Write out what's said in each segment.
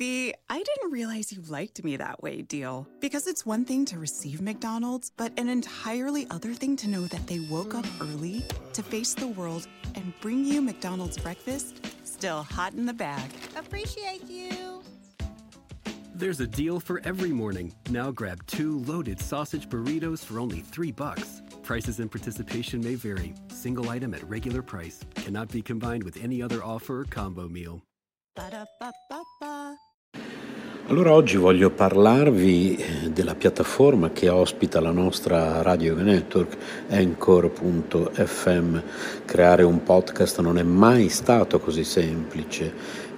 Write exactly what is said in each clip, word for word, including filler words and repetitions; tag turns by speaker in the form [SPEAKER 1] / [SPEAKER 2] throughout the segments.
[SPEAKER 1] the "I didn't realize you liked me that way" deal. Because it's one thing to receive McDonald's, but an entirely other thing to know that they woke up early to face the world and bring you McDonald's breakfast still hot in the bag.
[SPEAKER 2] Appreciate you.
[SPEAKER 3] There's a deal for every morning. Now grab two loaded sausage burritos for only three bucks. Prices and participation may vary. Single item at regular price. Cannot be combined with any other offer or combo meal.
[SPEAKER 1] Ba-da-ba-ba-ba.
[SPEAKER 4] Allora oggi voglio parlarvi della piattaforma che ospita la nostra Radio Network, Anchor punto effe emme. Creare un podcast non è mai stato così semplice.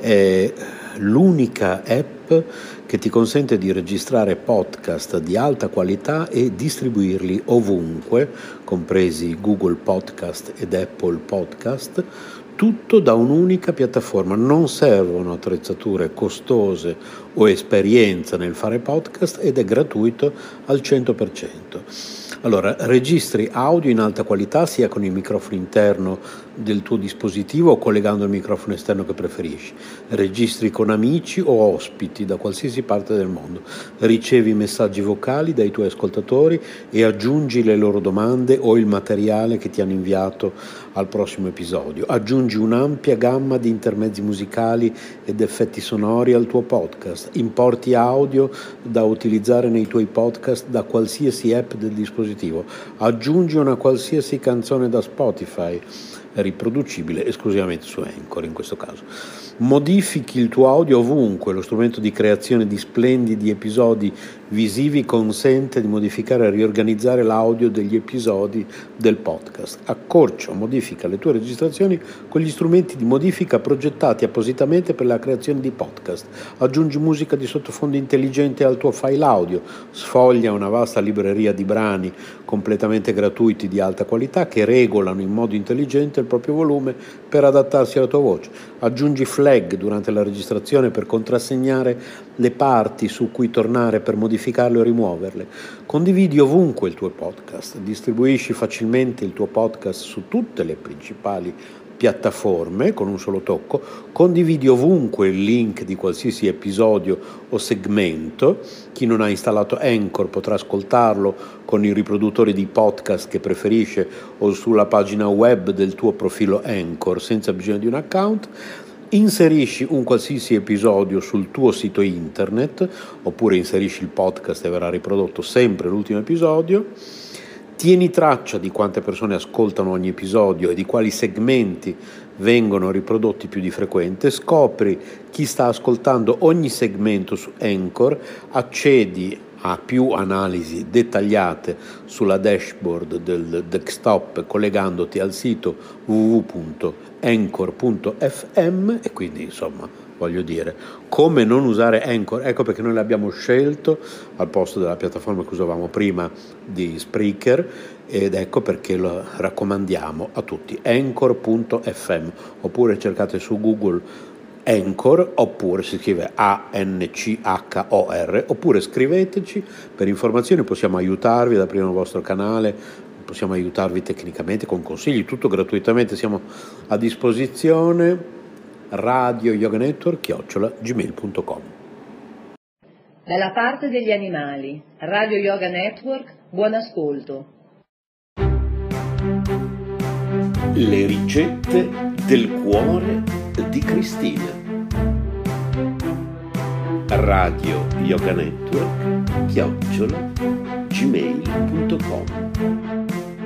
[SPEAKER 4] È l'unica app che ti consente di registrare podcast di alta qualità e distribuirli ovunque, compresi Google Podcast ed Apple Podcast, tutto da un'unica piattaforma. Non servono attrezzature costose o esperienza nel fare podcast ed è gratuito al cento per cento. Allora, registri audio in alta qualità sia con il microfono interno del tuo dispositivo o collegando il microfono esterno che preferisci. Registri con amici o ospiti da qualsiasi parte del mondo. Ricevi messaggi vocali dai tuoi ascoltatori e aggiungi le loro domande o il materiale che ti hanno inviato al prossimo episodio. Aggiungi un'ampia gamma di intermezzi musicali ed effetti sonori al tuo podcast. Importi audio da utilizzare nei tuoi podcast da qualsiasi app del dispositivo. Aggiungi una qualsiasi canzone da Spotify, riproducibile esclusivamente su Anchor in questo caso. Modifichi il tuo audio ovunque. Lo strumento di creazione di splendidi episodi visivi consente di modificare e riorganizzare l'audio degli episodi del podcast. Accorcia o modifica le tue registrazioni con gli strumenti di modifica progettati appositamente per la creazione di podcast. Aggiungi musica di sottofondo intelligente al tuo file audio. Sfoglia una vasta libreria di brani completamente gratuiti di alta qualità che regolano in modo intelligente il proprio volume per adattarsi alla tua voce. Aggiungi flag durante la registrazione per contrassegnare le parti su cui tornare per modificarle o rimuoverle. Condividi ovunque il tuo podcast. Distribuisci facilmente il tuo podcast su tutte le principali piattaforme con un solo tocco. Condividi ovunque il link di qualsiasi episodio o segmento. Chi non ha installato Anchor potrà ascoltarlo con i riproduttori di podcast che preferisce o sulla pagina web del tuo profilo Anchor senza bisogno di un account. Inserisci un qualsiasi episodio sul tuo sito internet oppure inserisci il podcast e verrà riprodotto sempre l'ultimo episodio. Tieni traccia di quante persone ascoltano ogni episodio e di quali segmenti vengono riprodotti più di frequente. Scopri chi sta ascoltando ogni segmento su Anchor, accedi a più analisi dettagliate sulla dashboard del desktop collegandoti al sito w w w punto anchor punto effe emme e quindi insomma voglio dire come non usare Anchor. Ecco perché noi l'abbiamo scelto al posto della piattaforma che usavamo prima di Spreaker ed ecco perché lo raccomandiamo a tutti. Anchor punto effe emme oppure cercate su Google Anchor oppure si scrive A N C H O R oppure scriveteci per informazioni, possiamo aiutarvi ad aprire il vostro canale, possiamo aiutarvi tecnicamente con consigli, tutto gratuitamente, siamo a disposizione. Radio Yoga Network chiocciola gmail punto com.
[SPEAKER 5] Dalla parte degli animali, Radio Yoga Network, buon ascolto.
[SPEAKER 4] Le ricette del cuore di Cristina. Radio Yoga Network chiocciola gmail punto com.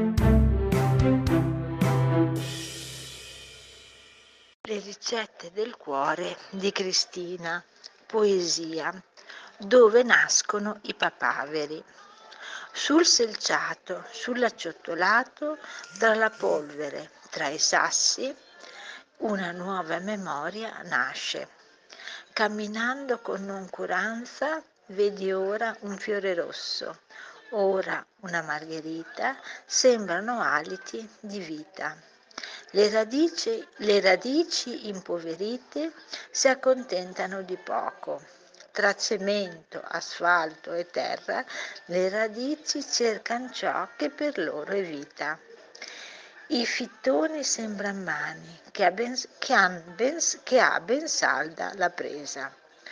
[SPEAKER 6] Le ricette del cuore di Cristina, poesia, dove nascono i papaveri. Sul selciato, sull'acciottolato, tra la polvere, tra i sassi, una nuova memoria nasce. Camminando con noncuranza, vedi ora un fiore rosso, ora una margherita, sembrano aliti di vita. Le radici, le radici impoverite si accontentano di poco. Tra cemento, asfalto e terra, le radici cercano ciò che per loro è vita. I fittoni sembran mani che ha ben, che han ben, che ha ben salda la presa.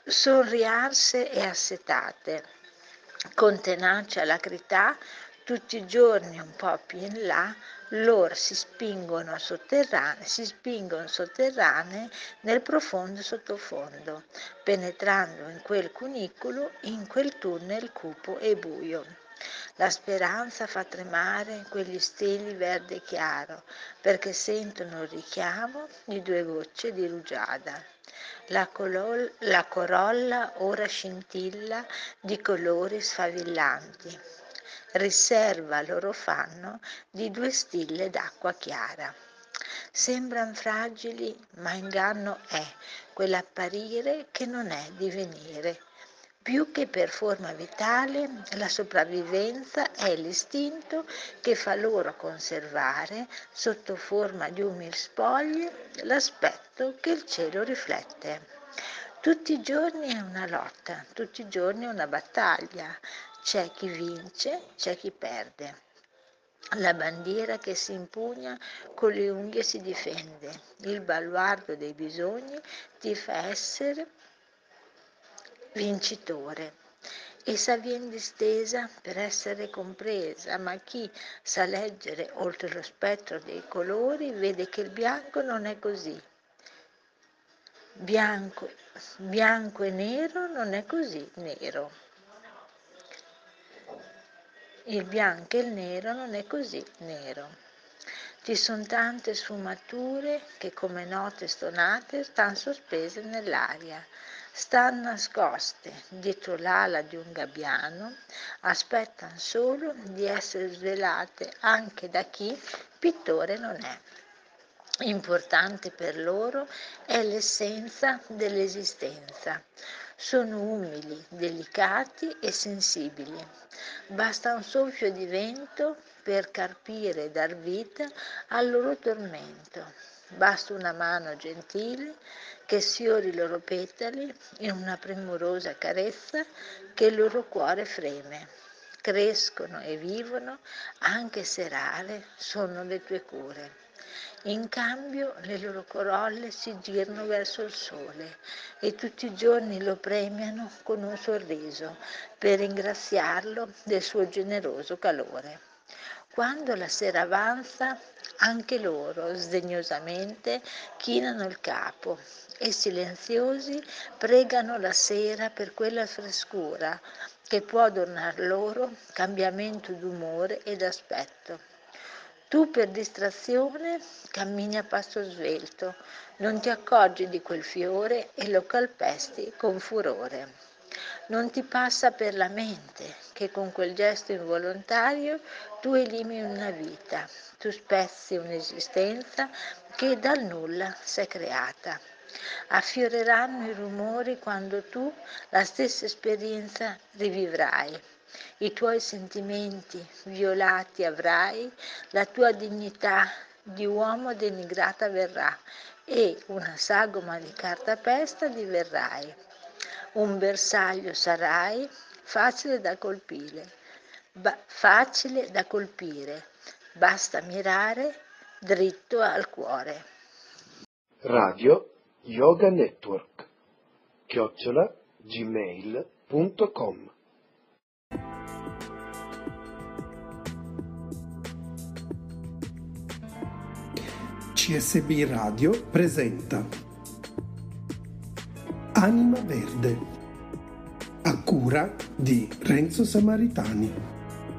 [SPEAKER 6] Sono riarse e assetate, con tenacia alacrità, tutti i giorni un po' più in là, loro si spingono sotterranee, si spingono sotterranee nel profondo sottofondo, penetrando in quel cunicolo, in quel tunnel cupo e buio. La speranza fa tremare quegli steli verde chiaro, perché sentono il richiamo di due gocce di rugiada. La, colol- la corolla ora scintilla di colori sfavillanti. Riserva loro fanno di due stille d'acqua chiara. Sembran fragili, ma inganno è quell'apparire che non è divenire. Più che per forma vitale, la sopravvivenza è l'istinto che fa loro conservare, sotto forma di umili spoglie, l'aspetto che il cielo riflette. Tutti i giorni è una lotta, tutti i giorni è una battaglia. C'è chi vince, c'è chi perde. La bandiera che si impugna con le unghie si difende. Il baluardo dei bisogni ti fa essere vincitore. Essa viene distesa per essere compresa, ma chi sa leggere oltre lo spettro dei colori vede che il bianco non è così. Bianco, bianco e nero non è così nero. Il bianco e il nero non è così nero. Ci sono tante sfumature che come note stonate stanno sospese nell'aria, stanno nascoste dietro l'ala di un gabbiano, aspettano solo di essere svelate anche da chi pittore non è. Importante per loro è l'essenza dell'esistenza. Sono umili, delicati e sensibili. Basta un soffio di vento per carpire e dar vita al loro tormento. Basta una mano gentile che sfiori i loro petali in una premurosa carezza che il loro cuore freme. Crescono e vivono, anche se rare sono le tue cure. In cambio le loro corolle si girano verso il sole e tutti i giorni lo premiano con un sorriso per ringraziarlo del suo generoso calore. Quando la sera avanza, anche loro sdegnosamente chinano il capo e silenziosi pregano la sera per quella frescura che può donar loro cambiamento d'umore ed aspetto. Tu per distrazione cammini a passo svelto, non ti accorgi di quel fiore e lo calpesti con furore. Non ti passa per la mente che con quel gesto involontario tu elimini una vita, tu spezzi un'esistenza che dal nulla si è creata. Affioreranno i rumori quando tu la stessa esperienza rivivrai. I tuoi sentimenti violati avrai, la tua dignità di uomo denigrata verrà e una sagoma di cartapesta diverrai. Un bersaglio sarai facile da colpire, ba- facile da colpire, basta mirare dritto al cuore.
[SPEAKER 7] Radio Yoga Network, chiocciola gmail punto com.
[SPEAKER 8] C S B Radio presenta Anima Verde, a cura di Renzo Samaritani.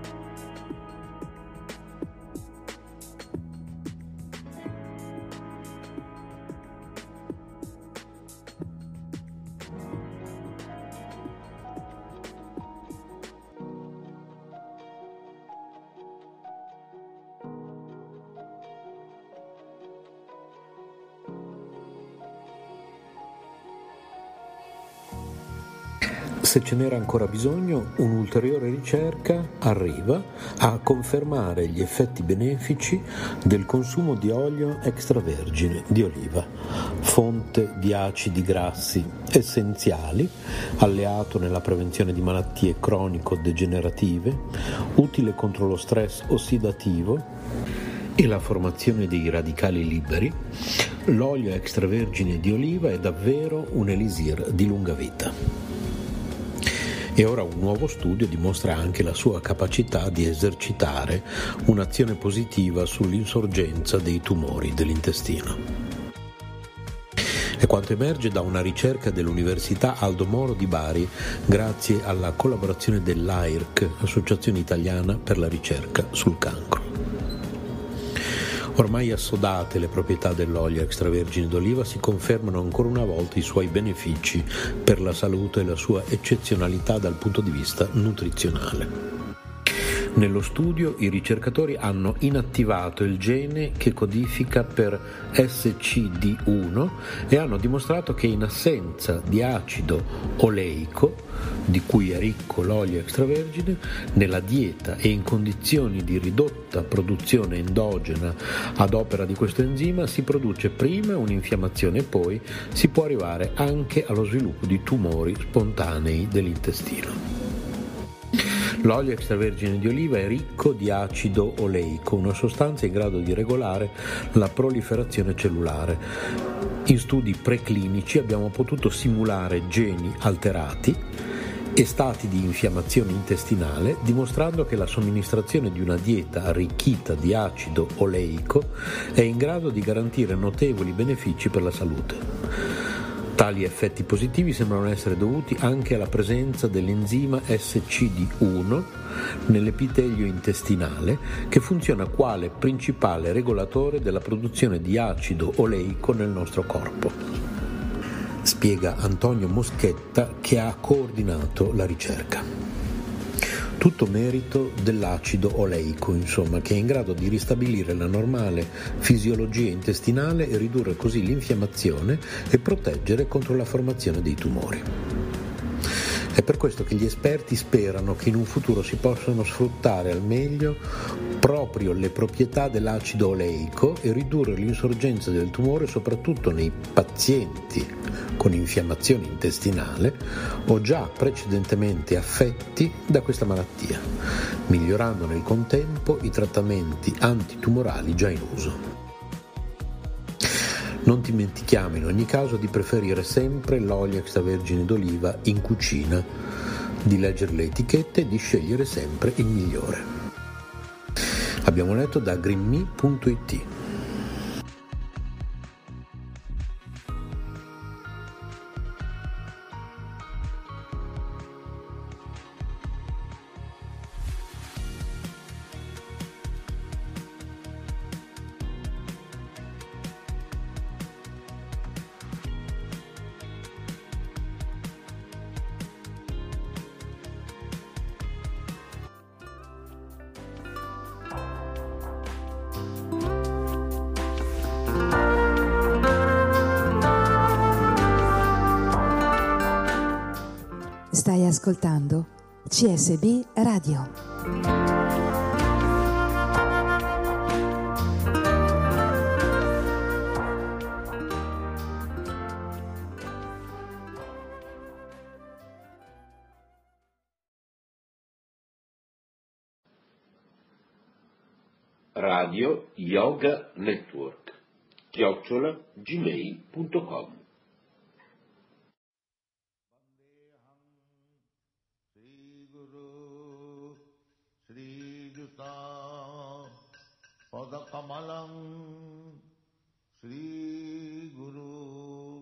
[SPEAKER 4] Se ce n'era ancora bisogno, un'ulteriore ricerca arriva a confermare gli effetti benefici del consumo di olio extravergine di oliva, fonte di acidi grassi essenziali, alleato nella prevenzione di malattie cronico-degenerative, utile contro lo stress ossidativo e la formazione dei radicali liberi, l'olio extravergine di oliva è davvero un elisir di lunga vita. E ora un nuovo studio dimostra anche la sua capacità di esercitare un'azione positiva sull'insorgenza dei tumori dell'intestino. È quanto emerge da una ricerca dell'Università Aldo Moro di Bari grazie alla collaborazione dell'A I R C, Associazione Italiana per la Ricerca sul Cancro. Ormai assodate le proprietà dell'olio extravergine d'oliva, si confermano ancora una volta i suoi benefici per la salute e la sua eccezionalità dal punto di vista nutrizionale. Nello studio i ricercatori hanno inattivato il gene che codifica per S C D uno e hanno dimostrato che in assenza di acido oleico, di cui è ricco l'olio extravergine, nella dieta e in condizioni di ridotta produzione endogena ad opera di questo enzima si produce prima un'infiammazione e poi si può arrivare anche allo sviluppo di tumori spontanei dell'intestino. L'olio extravergine di oliva è ricco di acido oleico, una sostanza in grado di regolare la proliferazione cellulare. In studi preclinici abbiamo potuto simulare geni alterati e stati di infiammazione intestinale, dimostrando che la somministrazione di una dieta arricchita di acido oleico è in grado di garantire notevoli benefici per la salute. Tali effetti positivi sembrano essere dovuti anche alla presenza dell'enzima S C D uno nell'epitelio intestinale, che funziona quale principale regolatore della produzione di acido oleico nel nostro corpo. Spiega Antonio Moschetta, che ha coordinato la ricerca. Tutto merito dell'acido oleico, insomma, che è in grado di ristabilire la normale fisiologia intestinale e ridurre così l'infiammazione e proteggere contro la formazione dei tumori. È per questo che gli esperti sperano che in un futuro si possano sfruttare al meglio proprio le proprietà dell'acido oleico e ridurre l'insorgenza del tumore soprattutto nei pazienti con infiammazione intestinale o già precedentemente affetti da questa malattia, migliorando nel contempo i trattamenti antitumorali già in uso. Non dimentichiamo in ogni caso di preferire sempre l'olio extravergine d'oliva in cucina, di leggere le etichette e di scegliere sempre il migliore. Abbiamo letto da greenme punto it.
[SPEAKER 9] Stai ascoltando C S B Radio.
[SPEAKER 10] Radio Yoga Network, chiocciola gmail punto com.
[SPEAKER 11] Padakamalam Sri Guru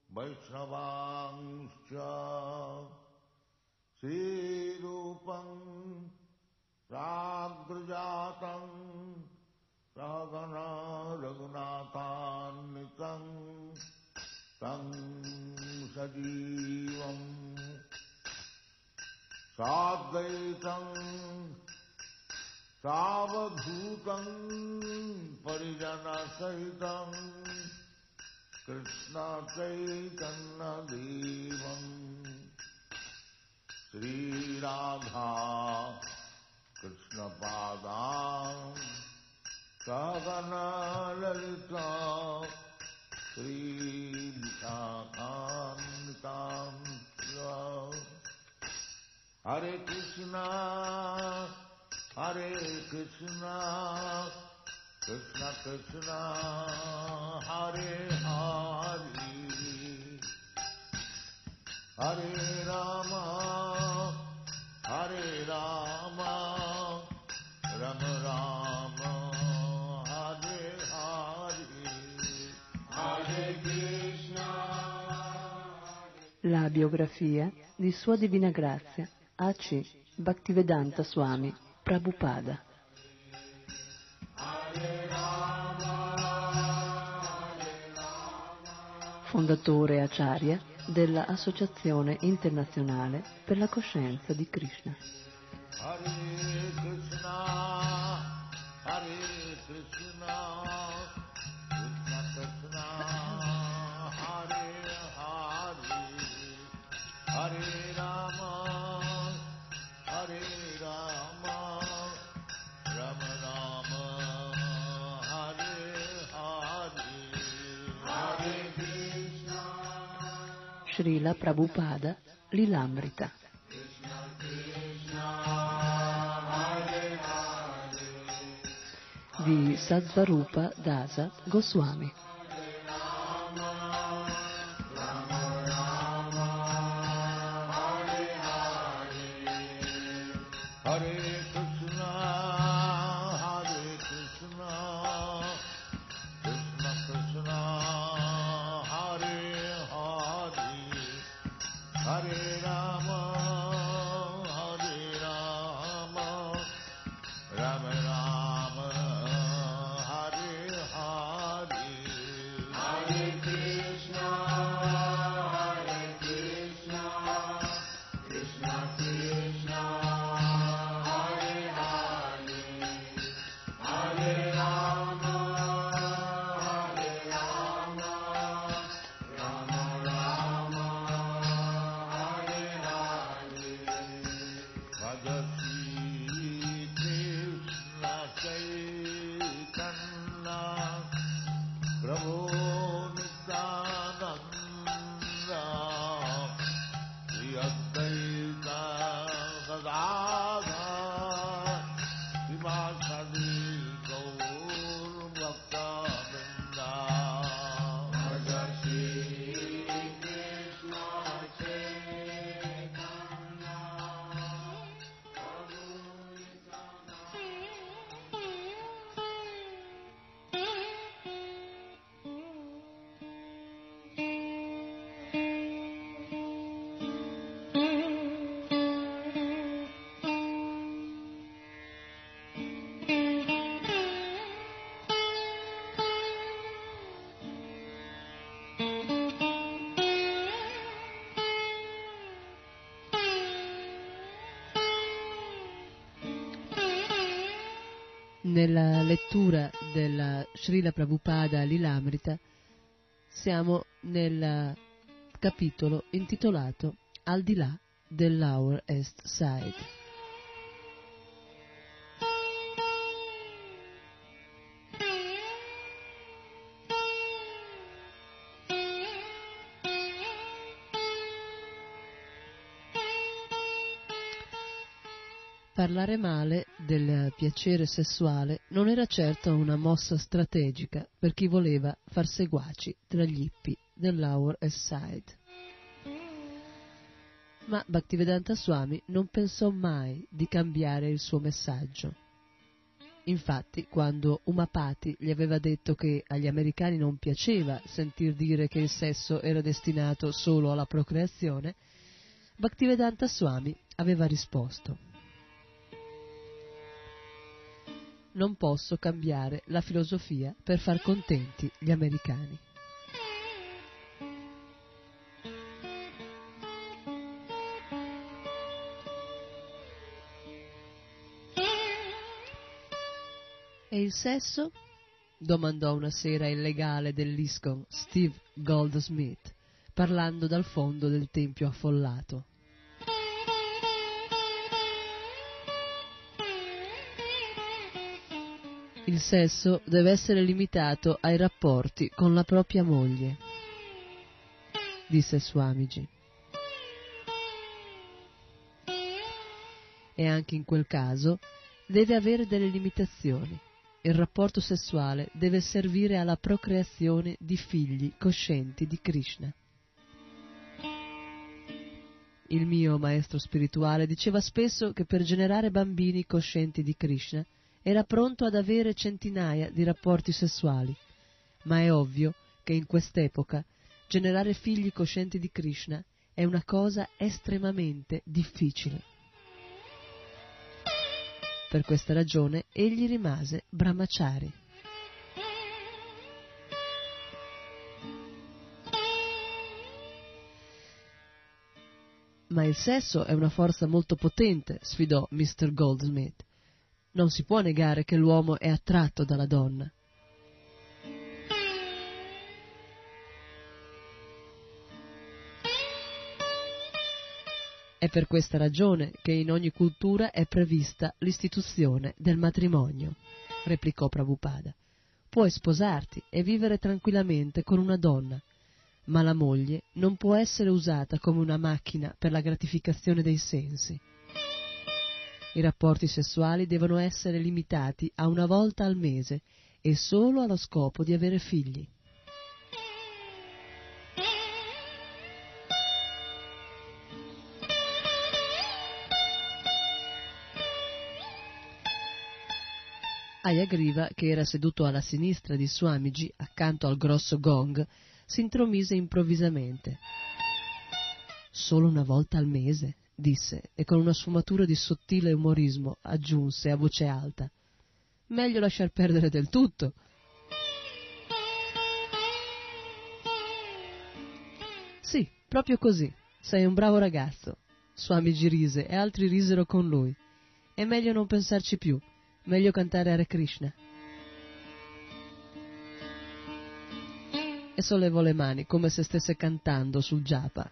[SPEAKER 11] Vaishnavangscha Sri Rupam Ragrajatam Ragana Raghunathannitam Tam Sajivam Sadvaitam Savadhutam Parijana Sahitam Krishna Chaitanya Devam Sri Radha Krishna Padam Sagana Lalita Sri Vishakhantam Hare Krishna Hare Krishna, Krishna Krishna Hare Hare Hare Rama Hare Rama Rama Rama Hare Hare Hare Krishna.
[SPEAKER 12] La biografia di Sua Divina Grazia A C Bhaktivedanta Swami Prabhupada. Fondatore Acharya della Associazione Internazionale per la Coscienza di Krishna.
[SPEAKER 11] Hare Krishna, Hare Krishna, Krishna Krishna, Hare Hare, Hare Rama, Hare Rama, Rama Rama, Hare Hare, Hare Krishna.
[SPEAKER 12] Srila Prabhupada Lilamrita. Di Sattvarupa Dasa Goswami.
[SPEAKER 11] Hare Krishna, Hare Krishna, Krishna Krishna, Hare Hare, Hare Rama, Hare Rama, Rama Rama, Hare Hare, Hare Krishna, Hare Krishna, Krishna Krishna, Hare Hare, Hare Rama, Hare Rama, Rama Rama, Hare Hare. Bhagati Krishna Chaitanya Prabhu Nityananda Shri Advaita Gadadhar Srivasadi Gaur Bhakta-vrinda. Bhagati Krishna Chaitanya Prabhu
[SPEAKER 12] Nella lettura della Srila Prabhupada Lilamrita siamo nel capitolo intitolato Al di là dell'Hour East Side. Parlare male del piacere sessuale non era certo una mossa strategica per chi voleva far seguaci tra gli hippie dell'Hour East Side. Ma Bhaktivedanta Swami non pensò mai di cambiare il suo messaggio. Infatti, quando Umapati gli aveva detto che agli americani non piaceva sentir dire che il sesso era destinato solo alla procreazione, Bhaktivedanta Swami aveva risposto: non posso cambiare la filosofia per far contenti gli americani. E il sesso? Domandò una sera il legale dell'ISKCON, Steve Goldsmith, parlando dal fondo del tempio affollato. Il sesso deve essere limitato ai rapporti con la propria moglie, disse Swamiji. E anche in quel caso deve avere delle limitazioni il rapporto sessuale deve servire alla procreazione di figli coscienti di Krishna. Il mio maestro spirituale diceva spesso che per generare bambini coscienti di Krishna era pronto ad avere centinaia di rapporti sessuali, ma è ovvio che in quest'epoca generare figli coscienti di Krishna è una cosa estremamente difficile. Per questa ragione egli rimase brahmachari. Ma il sesso è una forza molto potente, sfidò mister Goldsmith. Non si può negare che l'uomo è attratto dalla donna. È per questa ragione che in ogni cultura è prevista l'istituzione del matrimonio, replicò Prabhupada. Puoi sposarti e vivere tranquillamente con una donna, ma la moglie non può essere usata come una macchina per la gratificazione dei sensi. I rapporti sessuali devono essere limitati a una volta al mese e solo allo scopo di avere figli. Hayagriva, che era seduto alla sinistra di Swamiji, accanto al grosso gong, si intromise improvvisamente. «Solo una volta al mese», disse, e con una sfumatura di sottile umorismo aggiunse a voce alta. «Meglio lasciar perdere del tutto». «Sì, proprio così. Sei un bravo ragazzo». Swamiji rise e altri risero con lui. «È meglio non pensarci più. Meglio cantare Hare Krishna». E sollevò le mani come se stesse cantando sul japa.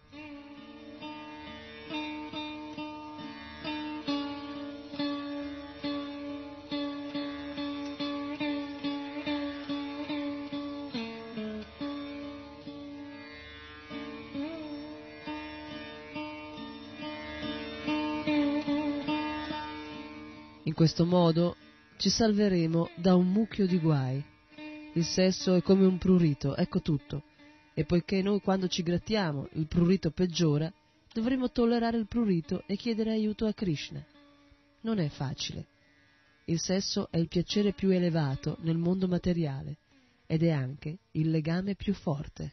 [SPEAKER 12] In questo modo ci salveremo da un mucchio di guai. Il sesso è come un prurito, ecco tutto. E poiché noi quando ci grattiamo il prurito peggiora, dovremo tollerare il prurito e chiedere aiuto a Krishna. Non è facile. Il sesso è il piacere più elevato nel mondo materiale ed è anche il legame più forte.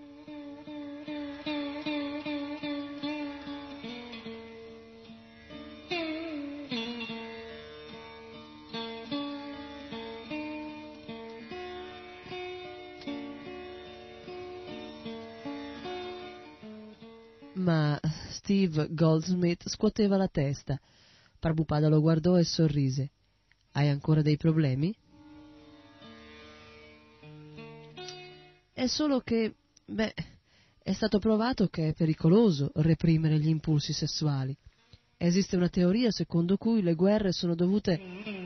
[SPEAKER 12] Ma Steve Goldsmith scuoteva la testa. Prabhupada lo guardò e sorrise. «Hai ancora dei problemi?» «È solo che, beh, è stato provato che è pericoloso reprimere gli impulsi sessuali. Esiste una teoria secondo cui le guerre sono dovute...»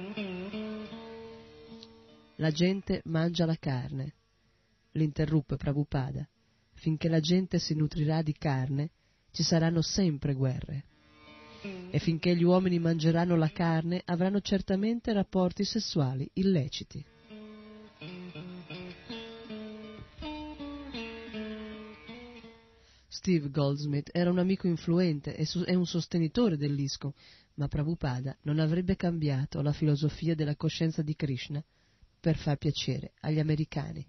[SPEAKER 12] «La gente mangia la carne», l'interruppe Prabhupada. «Finché la gente si nutrirà di carne, ci saranno sempre guerre. E finché gli uomini mangeranno la carne, avranno certamente rapporti sessuali illeciti». Steve Goldsmith era un amico influente e un sostenitore dell'ISKCON, ma Prabhupada non avrebbe cambiato la filosofia della coscienza di Krishna per far piacere agli americani.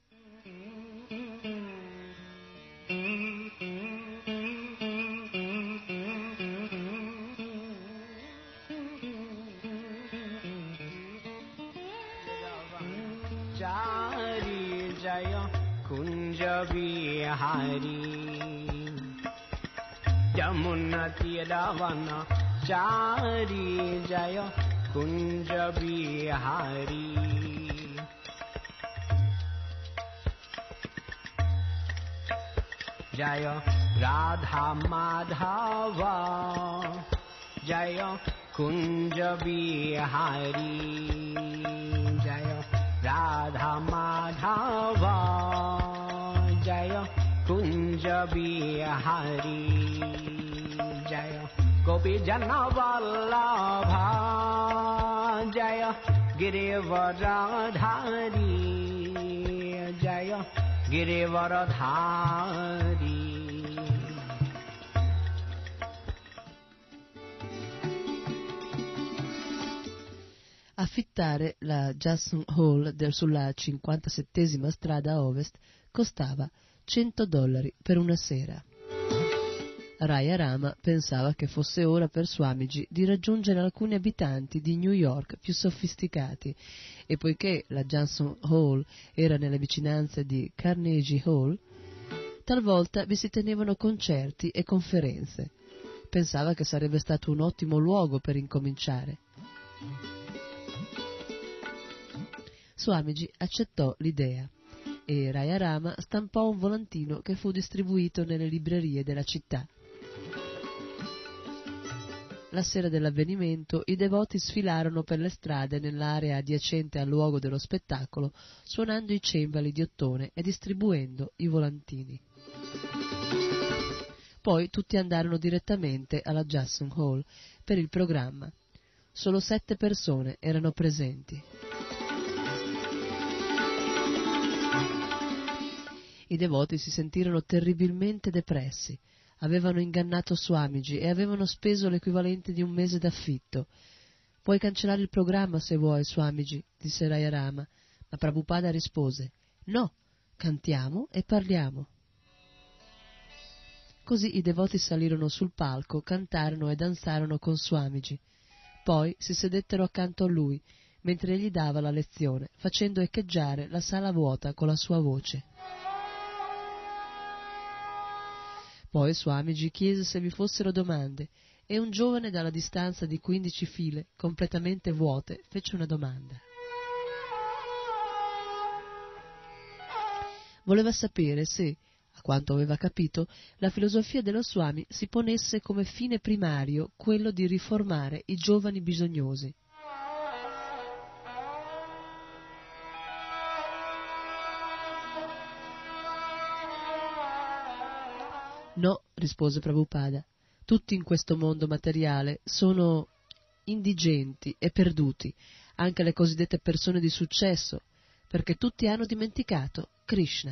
[SPEAKER 13] Yamuna Tiravana Chari Jaya Kunja Bihari Jaya Radha Madhava Jaya Kunja Bihari Jaya Radha Madhava Jaya Kunja Bihari Jaya Gopi Jana Vallabha Jaya गिरिवरधारी जय गिरिवरधारी.
[SPEAKER 12] Affittare la Jackson Hole del, sulla cinquantasettesima strada a ovest costava cento dollari per una sera. Raya Rama pensava che fosse ora per Swamiji di raggiungere alcuni abitanti di New York più sofisticati, e poiché la Jackson Hole era nelle vicinanze di Carnegie Hall, talvolta vi si tenevano concerti e conferenze. Pensava che sarebbe stato un ottimo luogo per incominciare. Swamiji accettò l'idea e Raya Rama stampò un volantino che fu distribuito nelle librerie della città. La sera dell'avvenimento i devoti sfilarono per le strade nell'area adiacente al luogo dello spettacolo, suonando i cembali di ottone e distribuendo i volantini. Poi tutti andarono direttamente alla Jackson Hole per il programma. Solo sette persone erano presenti. I devoti si sentirono terribilmente depressi. Avevano ingannato Swamiji e avevano speso l'equivalente di un mese d'affitto. «Puoi cancellare il programma se vuoi, Swamiji», disse Raya Rama, ma Prabhupada rispose: «No, cantiamo e parliamo». Così i devoti salirono sul palco, cantarono e danzarono con Swamiji. Poi si sedettero accanto a lui, mentre egli dava la lezione, facendo echeggiare la sala vuota con la sua voce. Poi Swamiji chiese se vi fossero domande, e un giovane dalla distanza di quindici file, completamente vuote, fece una domanda. Voleva sapere se, a quanto aveva capito, la filosofia dello Swami si ponesse come fine primario quello di riformare i giovani bisognosi. No, rispose Prabhupada, tutti in questo mondo materiale sono indigenti e perduti, anche le cosiddette persone di successo, perché tutti hanno dimenticato Krishna.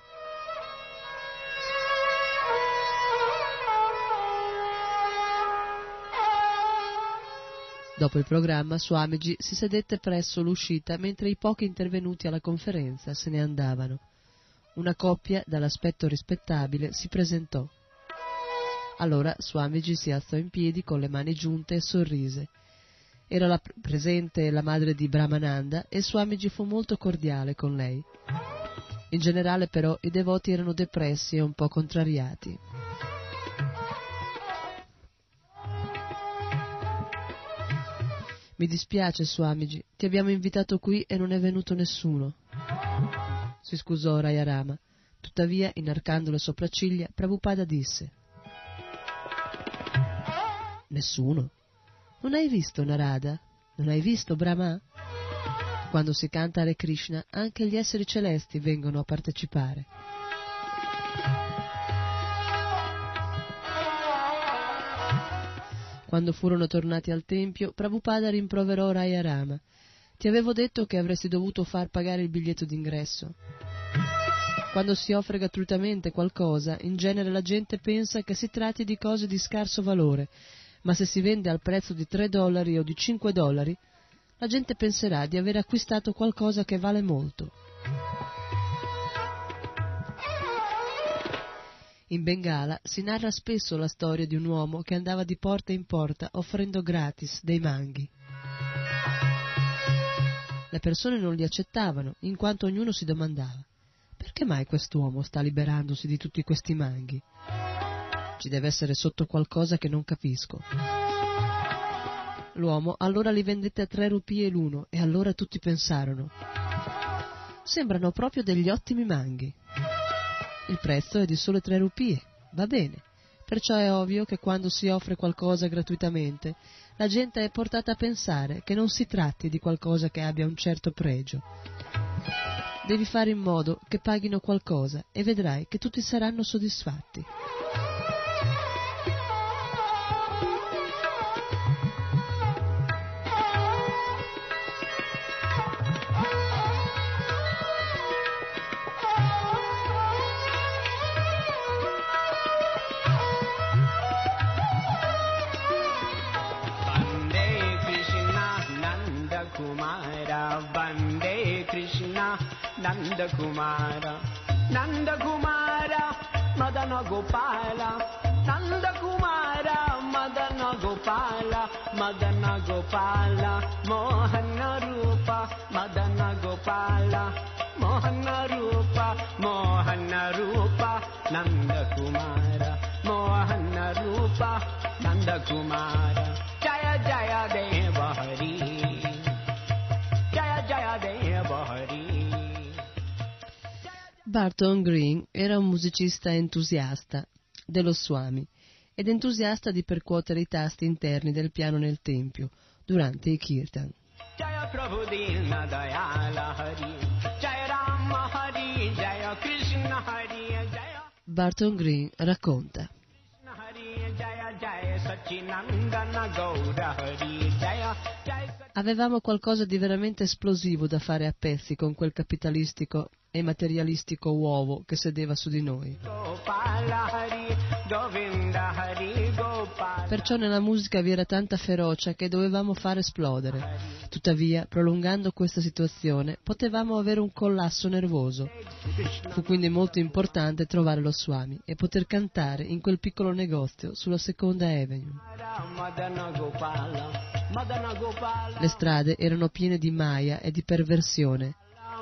[SPEAKER 12] Dopo il programma, Swamiji si sedette presso l'uscita mentre i pochi intervenuti alla conferenza se ne andavano. Una coppia dall'aspetto rispettabile si presentò. Allora Swamiji si alzò in piedi con le mani giunte e sorrise. Era la presente la madre di Brahmananda e Swamiji fu molto cordiale con lei. In generale però i devoti erano depressi e un po' contrariati. Mi dispiace, Swamiji, ti abbiamo invitato qui e non è venuto nessuno. Si scusò Raya Rama. Tuttavia, inarcando le sopracciglia, Prabhupada disse: Nessuno? Non hai visto Narada? Non hai visto Brahma? Quando si canta Hare Krishna, anche gli esseri celesti vengono a partecipare. Quando furono tornati al tempio, Prabhupada rimproverò Raya Rama. Ti avevo detto che avresti dovuto far pagare il biglietto d'ingresso. Quando si offre gratuitamente qualcosa, in genere la gente pensa che si tratti di cose di scarso valore, ma se si vende al prezzo di tre dollari o di cinque dollari, la gente penserà di aver acquistato qualcosa che vale molto. In Bengala si narra spesso la storia di un uomo che andava di porta in porta offrendo gratis dei manghi. Le persone non li accettavano, in quanto ognuno si domandava: perché mai quest'uomo sta liberandosi di tutti questi manghi? Ci deve essere sotto qualcosa che non capisco. L'uomo allora li vendette a tre rupie l'uno e allora tutti pensarono: sembrano proprio degli ottimi manghi. Il prezzo è di sole tre rupie, va bene. Perciò è ovvio che quando si offre qualcosa gratuitamente, la gente è portata a pensare che non si tratti di qualcosa che abbia un certo pregio. Devi fare in modo che paghino qualcosa e vedrai che tutti saranno soddisfatti.
[SPEAKER 13] Nanda Kumara, Nanda Kumara, Madana Gopala, Nanda Kumara, Madana Gopala, Madana Gopala, Mohana Rupa, Madana Gopala, Mohana Rupa, Mohana Rupa, Nanda Kumara, Mohana Rupa, Nanda Kumara, Jaya Jaya Deva Hari, Jaya Jaya Deva Hari.
[SPEAKER 12] Barton Green era un musicista entusiasta dello Swami ed entusiasta di percuotere i tasti interni del piano nel tempio durante i kirtan.
[SPEAKER 13] Jaya Prabhu Dina Dayala Hari, Jaya Rama Hari, Jaya Krishna Hari, Jaya
[SPEAKER 12] Barton Green racconta:
[SPEAKER 13] Hari, Jaya Jaya Sachinandana Gaura Hari, Jaya Jaya.
[SPEAKER 12] Avevamo qualcosa di veramente esplosivo da fare a pezzi con quel capitalistico e materialistico uovo che sedeva su di noi. Perciò nella musica vi era tanta ferocia che dovevamo far esplodere. Tuttavia, prolungando questa situazione, potevamo avere un collasso nervoso. Fu quindi molto importante trovare lo Swami e poter cantare in quel piccolo negozio sulla Seconda Avenue. Le strade erano piene di maya e di perversione,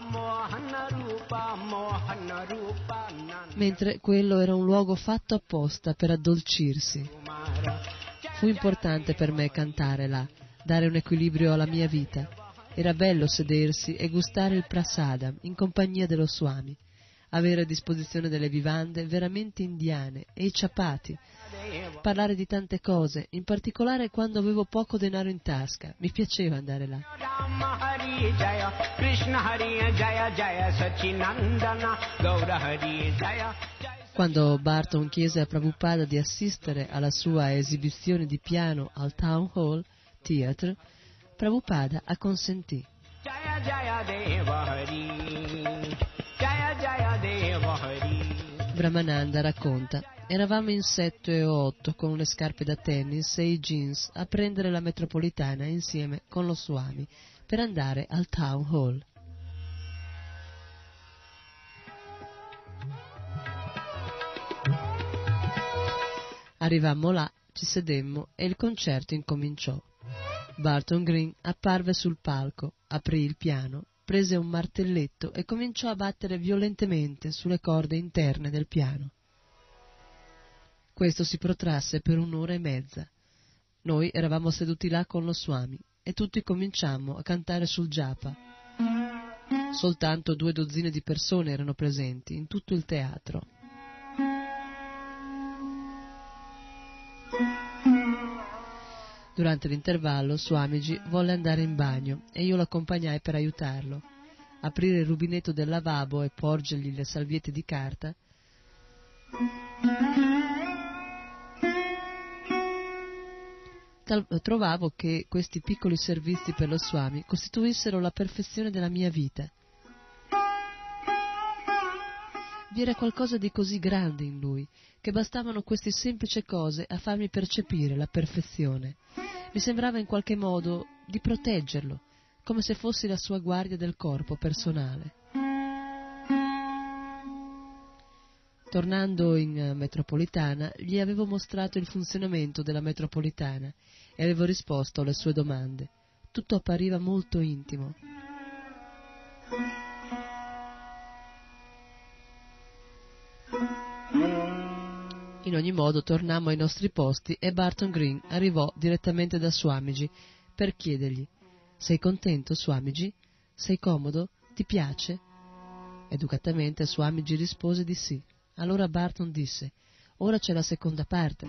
[SPEAKER 12] mentre quello era un luogo fatto apposta per addolcirsi. Fu importante per me cantare là, dare un equilibrio alla mia vita. Era bello sedersi e gustare il prasadam in compagnia dello Swami, avere a disposizione delle vivande veramente indiane e i chapati, parlare di tante cose, in particolare quando avevo poco denaro in tasca. Mi piaceva andare là. Quando Barton chiese a Prabhupada di assistere alla sua esibizione di piano al Town Hall Theatre, Prabhupada acconsentì. Brahmananda racconta: eravamo in sette o otto con le scarpe da tennis e i jeans a prendere la metropolitana insieme con lo Swami per andare al Town Hall. Arrivammo là, ci sedemmo e il concerto incominciò. Barton Green apparve sul palco, aprì il piano, prese un martelletto e cominciò a battere violentemente sulle corde interne del piano. Questo si protrasse per un'ora e mezza. Noi eravamo seduti là con lo Swami e tutti cominciammo a cantare sul japa. Soltanto due dozzine di persone erano presenti in tutto il teatro. Durante l'intervallo Swamiji volle andare in bagno e io lo accompagnai per aiutarlo. Aprire il rubinetto del lavabo e porgergli le salviette di carta. Tal- trovavo che questi piccoli servizi per lo Swami costituissero la perfezione della mia vita. Vi era qualcosa di così grande in lui che bastavano queste semplici cose a farmi percepire la perfezione. Mi sembrava in qualche modo di proteggerlo, come se fossi la sua guardia del corpo personale. Tornando in metropolitana, gli avevo mostrato il funzionamento della metropolitana e avevo risposto alle sue domande. Tutto appariva molto intimo. In ogni modo tornammo ai nostri posti e Barton Green arrivò direttamente da Swamiji per chiedergli: «Sei contento, Swamiji? Sei comodo? Ti piace?» Educatamente Swamiji rispose di sì. Allora Barton disse: «Ora c'è la seconda parte».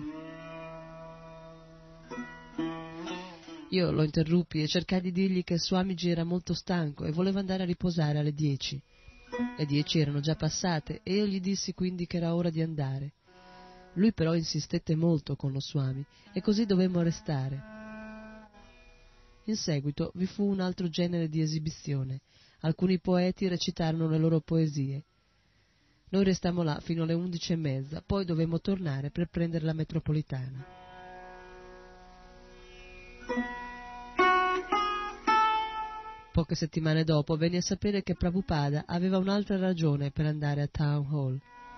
[SPEAKER 12] Io lo interruppi e cercai di dirgli che Swamiji era molto stanco e voleva andare a riposare alle dieci. Le dieci erano già passate e io gli dissi quindi che era ora di andare. Lui però insistette molto con lo Swami e così dovemmo restare. In seguito vi fu un altro genere di esibizione. Alcuni poeti recitarono le loro poesie. Noi restammo là fino alle undici e mezza, poi dovemmo tornare per prendere la metropolitana. Poche Poche settimane dopo venne a sapere che Prabhupada aveva un'altra ragione per andare a Town Hall.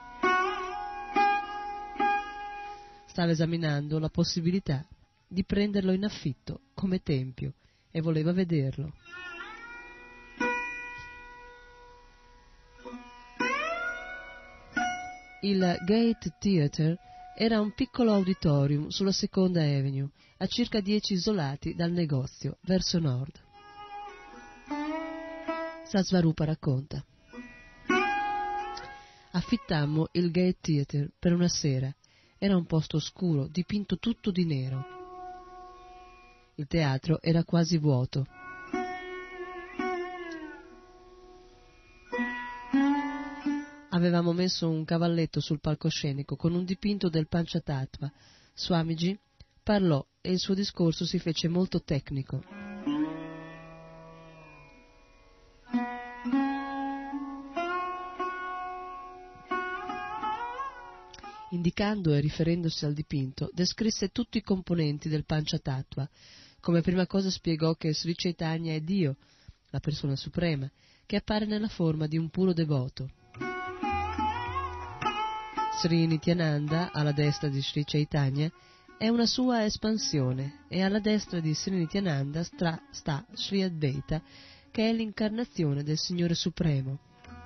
[SPEAKER 12] Stava esaminando la possibilità di prenderlo in affitto come tempio e voleva vederlo. Il Gate Theatre era un piccolo auditorium sulla Seconda Avenue, a circa dieci isolati dal negozio, verso nord. Sasvarupa racconta. Affittammo il Gate Theatre per una sera. Era un posto oscuro, dipinto tutto di nero. Il teatro era quasi vuoto. Avevamo messo un cavalletto sul palcoscenico con un dipinto del Panchatattva. Swamiji parlò e il suo discorso si fece molto tecnico. Indicando e riferendosi al dipinto, descrisse tutti i componenti del Panchatattva. Come prima cosa spiegò che Sri Chaitanya è Dio, la persona suprema, che appare nella forma di un puro devoto. Sri Nityananda, alla destra di Sri Chaitanya, è una sua espansione, e alla destra di Sri Nityananda sta, sta Sri Advaita, che è l'incarnazione del Signore Supremo.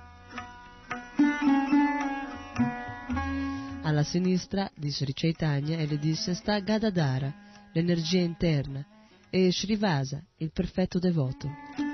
[SPEAKER 12] Alla sinistra di Sri Chaitanya, e le disse, sta Gadadhara, l'energia interna, e Srivasa, il perfetto devoto.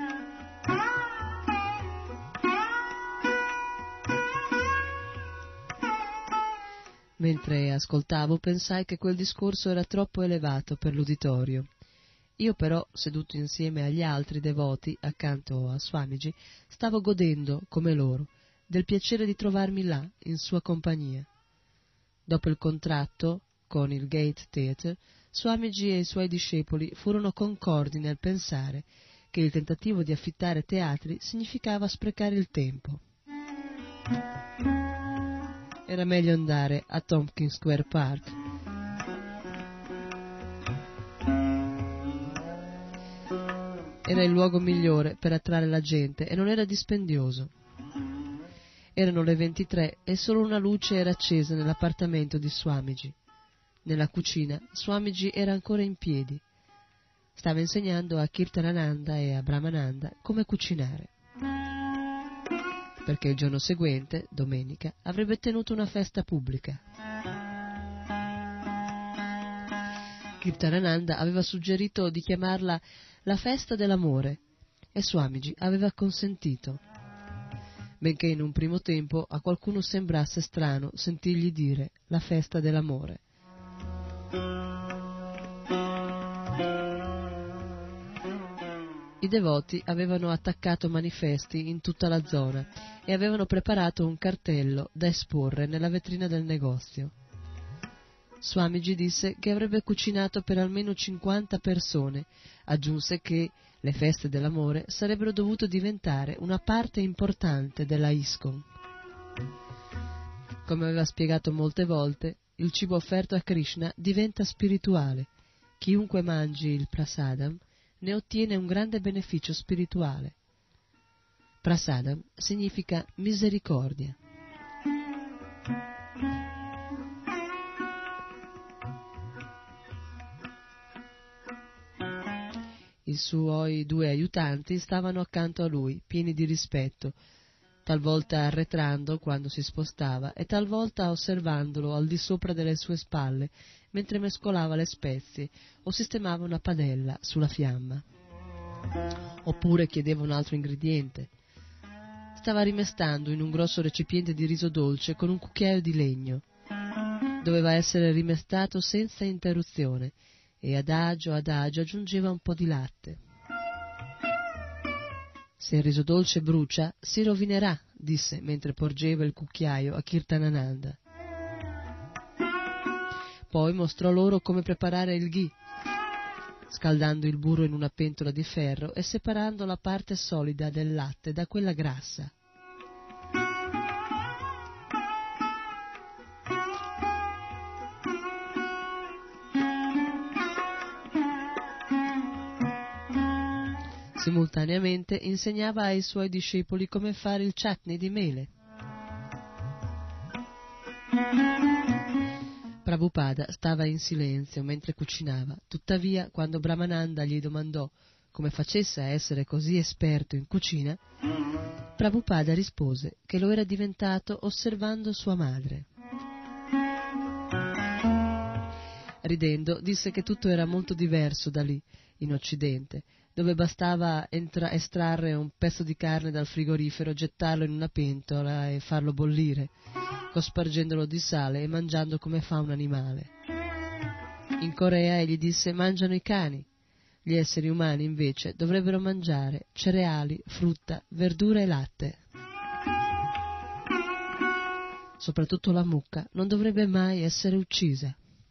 [SPEAKER 12] Mentre ascoltavo pensai che quel discorso era troppo elevato per l'uditorio. Io però, seduto insieme agli altri devoti accanto a Swamiji, stavo godendo, come loro, del piacere di trovarmi là, in sua compagnia. Dopo il contratto con il Gate Theatre, Swamiji e i suoi discepoli furono concordi nel pensare che il tentativo di affittare teatri significava sprecare il tempo. Era meglio andare a Tompkins Square Park. Era il luogo migliore per attrarre la gente e non era dispendioso. Erano le ventitré e solo una luce era accesa nell'appartamento di Swamiji. Nella cucina Swamiji era ancora in piedi. Stava insegnando a Kirtanananda e a Brahmananda come cucinare, perché il giorno seguente, domenica, avrebbe tenuto una festa pubblica. Kirtanananda aveva suggerito di chiamarla la festa dell'amore e Swamiji aveva consentito, benché in un primo tempo a qualcuno sembrasse strano sentirgli dire la festa dell'amore. I devoti avevano attaccato manifesti in tutta la zona e avevano preparato un cartello da esporre nella vetrina del negozio. Swamiji disse che avrebbe cucinato per almeno cinquanta persone, aggiunse che le feste dell'amore sarebbero dovute diventare una parte importante della ISKCON. Come aveva spiegato molte volte, il cibo offerto a Krishna diventa spirituale. Chiunque mangi il prasadam ne ottiene un grande beneficio spirituale. Prasadam significa misericordia. I suoi due aiutanti stavano accanto a lui, pieni di rispetto, talvolta arretrando quando si spostava e talvolta osservandolo al di sopra delle sue spalle mentre mescolava le spezie o sistemava una padella sulla fiamma. Oppure chiedeva un altro ingrediente. Stava rimestando in un grosso recipiente di riso dolce con un cucchiaio di legno. Doveva essere rimestato senza interruzione e adagio adagio aggiungeva un po' di latte. Se il riso dolce brucia, si rovinerà, disse mentre porgeva il cucchiaio a Kirtanananda. Poi mostrò loro come preparare il ghee, scaldando il burro in una pentola di ferro e separando la parte solida del latte da quella grassa. Simultaneamente insegnava ai suoi discepoli come fare il chutney di mele. Prabhupada stava in silenzio mentre cucinava, tuttavia quando Brahmananda gli domandò come facesse a essere così esperto in cucina, Prabhupada rispose che lo era diventato osservando sua madre. Ridendo, disse che tutto era molto diverso da lì, in Occidente, dove bastava entra- estrarre un pezzo di carne dal frigorifero, gettarlo in una pentola e farlo bollire, cospargendolo di sale e mangiando come fa un animale. In Corea egli disse mangiano i cani. Gli esseri umani, invece, dovrebbero mangiare cereali, frutta, verdura e latte. Soprattutto la mucca non dovrebbe mai essere uccisa.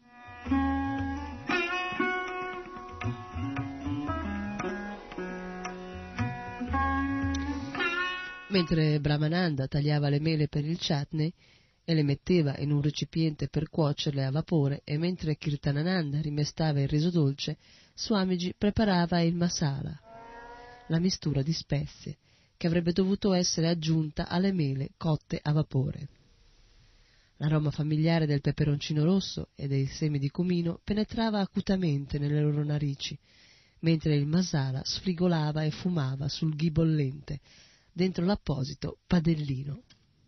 [SPEAKER 12] Mentre Brahmananda tagliava le mele per il chutney e le metteva in un recipiente per cuocerle a vapore, e mentre Kirtanananda rimestava il riso dolce, Swamiji preparava il masala, la mistura di spezie, che avrebbe dovuto essere aggiunta alle mele cotte a vapore. L'aroma familiare del peperoncino rosso e dei semi di cumino penetrava acutamente nelle loro narici, mentre il masala sfrigolava e fumava sul ghee bollente, dentro l'apposito padellino.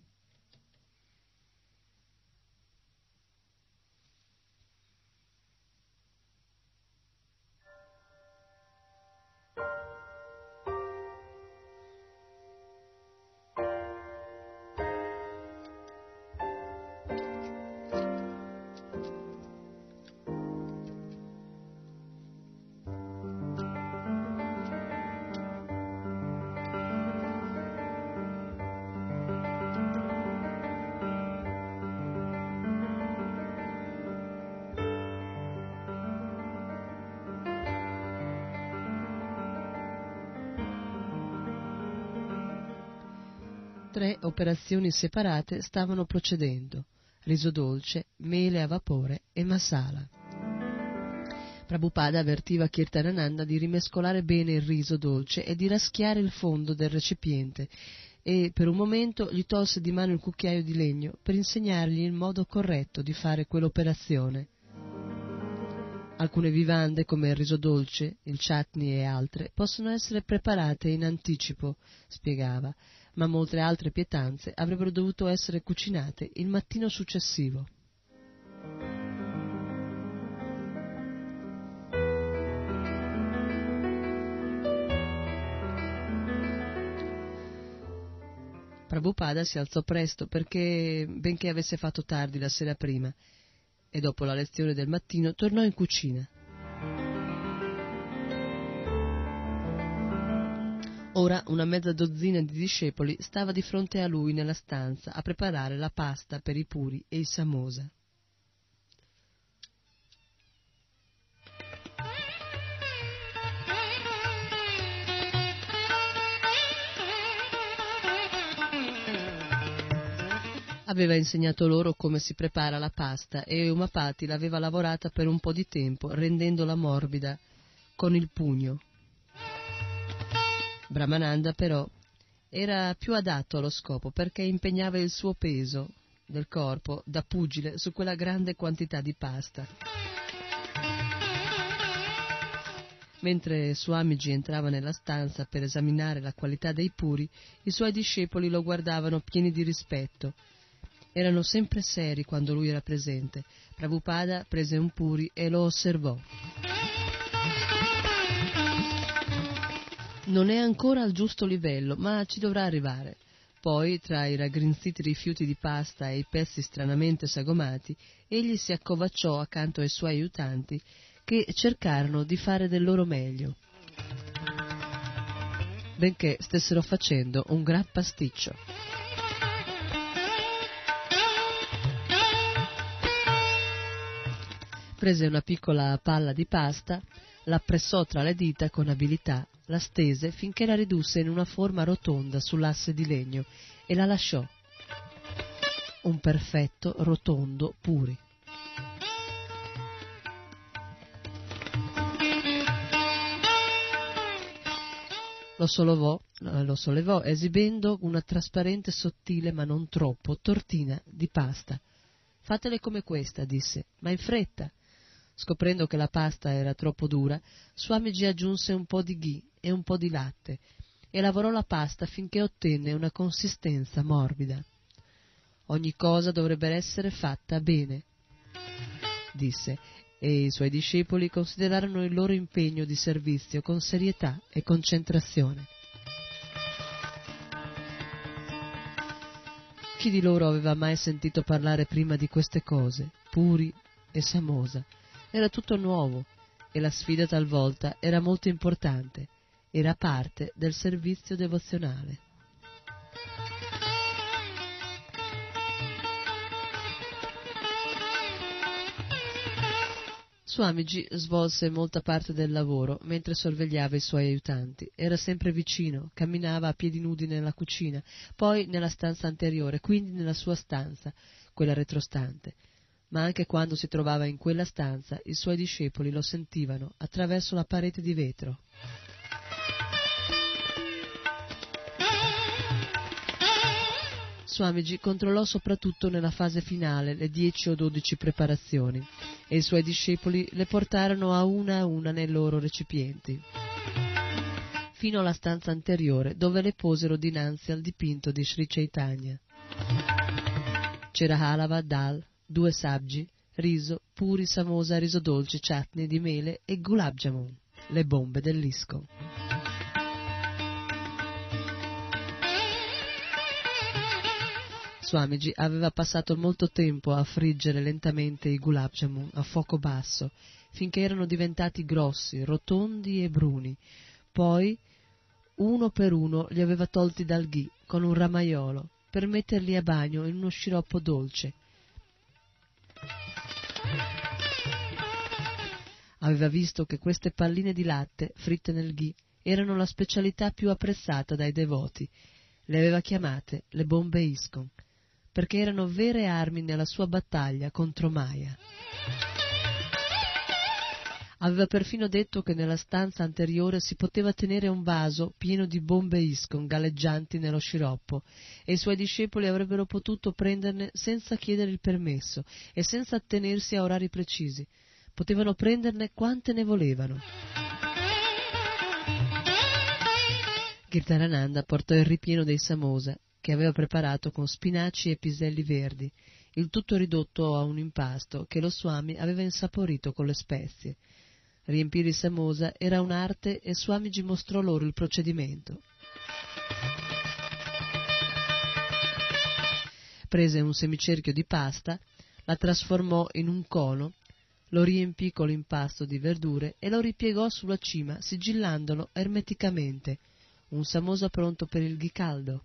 [SPEAKER 12] Tre operazioni separate stavano procedendo: riso dolce, mele a vapore e masala. Prabhupada avvertiva Kirtanananda di rimescolare bene il riso dolce e di raschiare il fondo del recipiente, e per un momento gli tolse di mano il cucchiaio di legno per insegnargli il modo corretto di fare quell'operazione. Alcune vivande, come il riso dolce, il chutney e altre, possono essere preparate in anticipo, spiegava, ma molte altre pietanze avrebbero dovuto essere cucinate il mattino successivo. Prabhupada si alzò presto perché, benché avesse fatto tardi la sera prima, e dopo la lezione del mattino tornò in cucina. Ora una mezza dozzina di discepoli stava di fronte a lui nella stanza a preparare la pasta per i puri e i samosa. Aveva insegnato loro come si prepara la pasta e Umapati l'aveva lavorata per un po' di tempo, rendendola morbida con il pugno. Brahmananda però era più adatto allo scopo perché impegnava il suo peso del corpo da pugile su quella grande quantità di pasta. Mentre Swamiji entrava nella stanza per esaminare la qualità dei puri, i suoi discepoli lo guardavano pieni di rispetto. Erano sempre seri quando lui era presente. Prabhupada prese un puri e lo osservò. Non è ancora al giusto livello, ma ci dovrà arrivare. Poi, tra i raggrinziti rifiuti di pasta e i pezzi stranamente sagomati, egli si accovacciò accanto ai suoi aiutanti, che cercarono di fare del loro meglio, benché stessero facendo un gran pasticcio. Prese una piccola palla di pasta, la pressò tra le dita con abilità, la stese finché la ridusse in una forma rotonda sull'asse di legno e la lasciò. Un perfetto rotondo puri. lo sollevò, lo sollevò esibendo una trasparente, sottile, ma non troppo, tortina di pasta. «Fatele come questa», disse, «ma in fretta». Scoprendo che la pasta era troppo dura, Swamiji aggiunse un po' di ghee e un po' di latte e lavorò la pasta finché ottenne una consistenza morbida. «Ogni cosa dovrebbe essere fatta bene», disse, e i suoi discepoli considerarono il loro impegno di servizio con serietà e concentrazione. Chi di loro aveva mai sentito parlare prima di queste cose, Puri e Samosa? Era tutto nuovo e la sfida talvolta era molto importante, era parte del servizio devozionale. Swamiji svolse molta parte del lavoro mentre sorvegliava i suoi aiutanti. Era sempre vicino, camminava a piedi nudi nella cucina, poi nella stanza anteriore, quindi nella sua stanza, quella retrostante. Ma anche quando si trovava in quella stanza, i suoi discepoli lo sentivano attraverso la parete di vetro. Swamiji controllò soprattutto nella fase finale le dieci o dodici preparazioni e i suoi discepoli le portarono a una a una nei loro recipienti, fino alla stanza anteriore dove le posero dinanzi al dipinto di Sri Chaitanya. C'era halava, dal, due sabji, riso, puri, samosa, riso dolce, chutney di mele e gulab jamun, le bombe dell'ISKCON. Swamiji aveva passato molto tempo a friggere lentamente i gulab jamun a fuoco basso, finché erano diventati grossi, rotondi e bruni. Poi, uno per uno, li aveva tolti dal ghee con un ramaiolo per metterli a bagno in uno sciroppo dolce. Aveva visto che queste palline di latte fritte nel ghee erano la specialità più apprezzata dai devoti. Le aveva chiamate le bombe ISKCON, perché erano vere armi nella sua battaglia contro Maya. Aveva perfino detto che nella stanza anteriore si poteva tenere un vaso pieno di bombe ISKCON galleggianti nello sciroppo e i suoi discepoli avrebbero potuto prenderne senza chiedere il permesso e senza attenersi a orari precisi. Potevano prenderne quante ne volevano. Kirtanananda portò il ripieno dei samosa, che aveva preparato con spinaci e piselli verdi, il tutto ridotto a un impasto che lo Swami aveva insaporito con le spezie. Riempire i samosa era un'arte e Swamiji mostrò loro il procedimento. Prese un semicerchio di pasta, la trasformò in un cono, lo riempì con l'impasto di verdure e lo ripiegò sulla cima, sigillandolo ermeticamente. Un samosa pronto per il ghee caldo.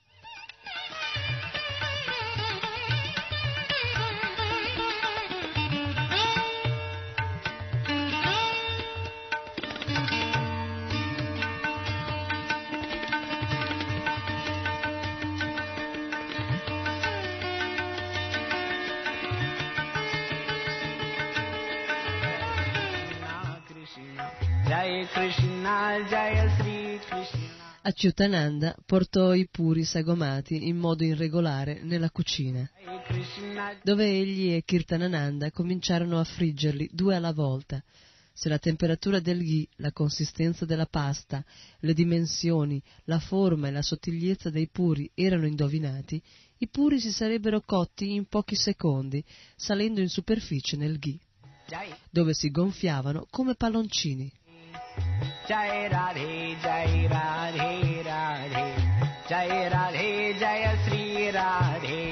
[SPEAKER 12] Achyutananda portò i puri sagomati in modo irregolare nella cucina, dove egli e Kirtanananda cominciarono a friggerli due alla volta. Se la temperatura del ghee, la consistenza della pasta, le dimensioni, la forma e la sottigliezza dei puri erano indovinati, i puri si sarebbero cotti in pochi secondi, salendo in superficie nel ghee, dove si gonfiavano come palloncini. Jai Radhe, Jai Radhe, Radhe, Jai Radhe, Jai Sri Radhe.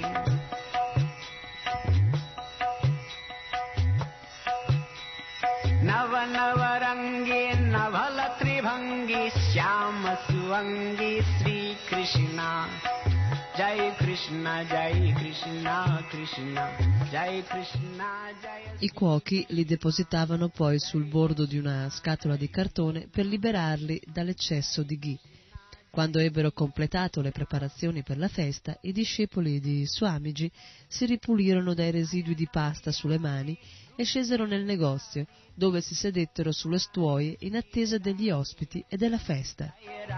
[SPEAKER 12] Nava Nava Rangi, Navala Tribhangi, Shyama Suvangi, Sri Krishna. Jai Krishna, Jai Krishna, Krishna, Jai Krishna, Jai. I cuochi li depositavano poi sul bordo di una scatola di cartone per liberarli dall'eccesso di ghee. Quando ebbero completato le preparazioni per la festa, i discepoli di Swamiji si ripulirono dai residui di pasta sulle mani e scesero nel negozio, dove si sedettero sulle stuoie in attesa degli ospiti e della festa.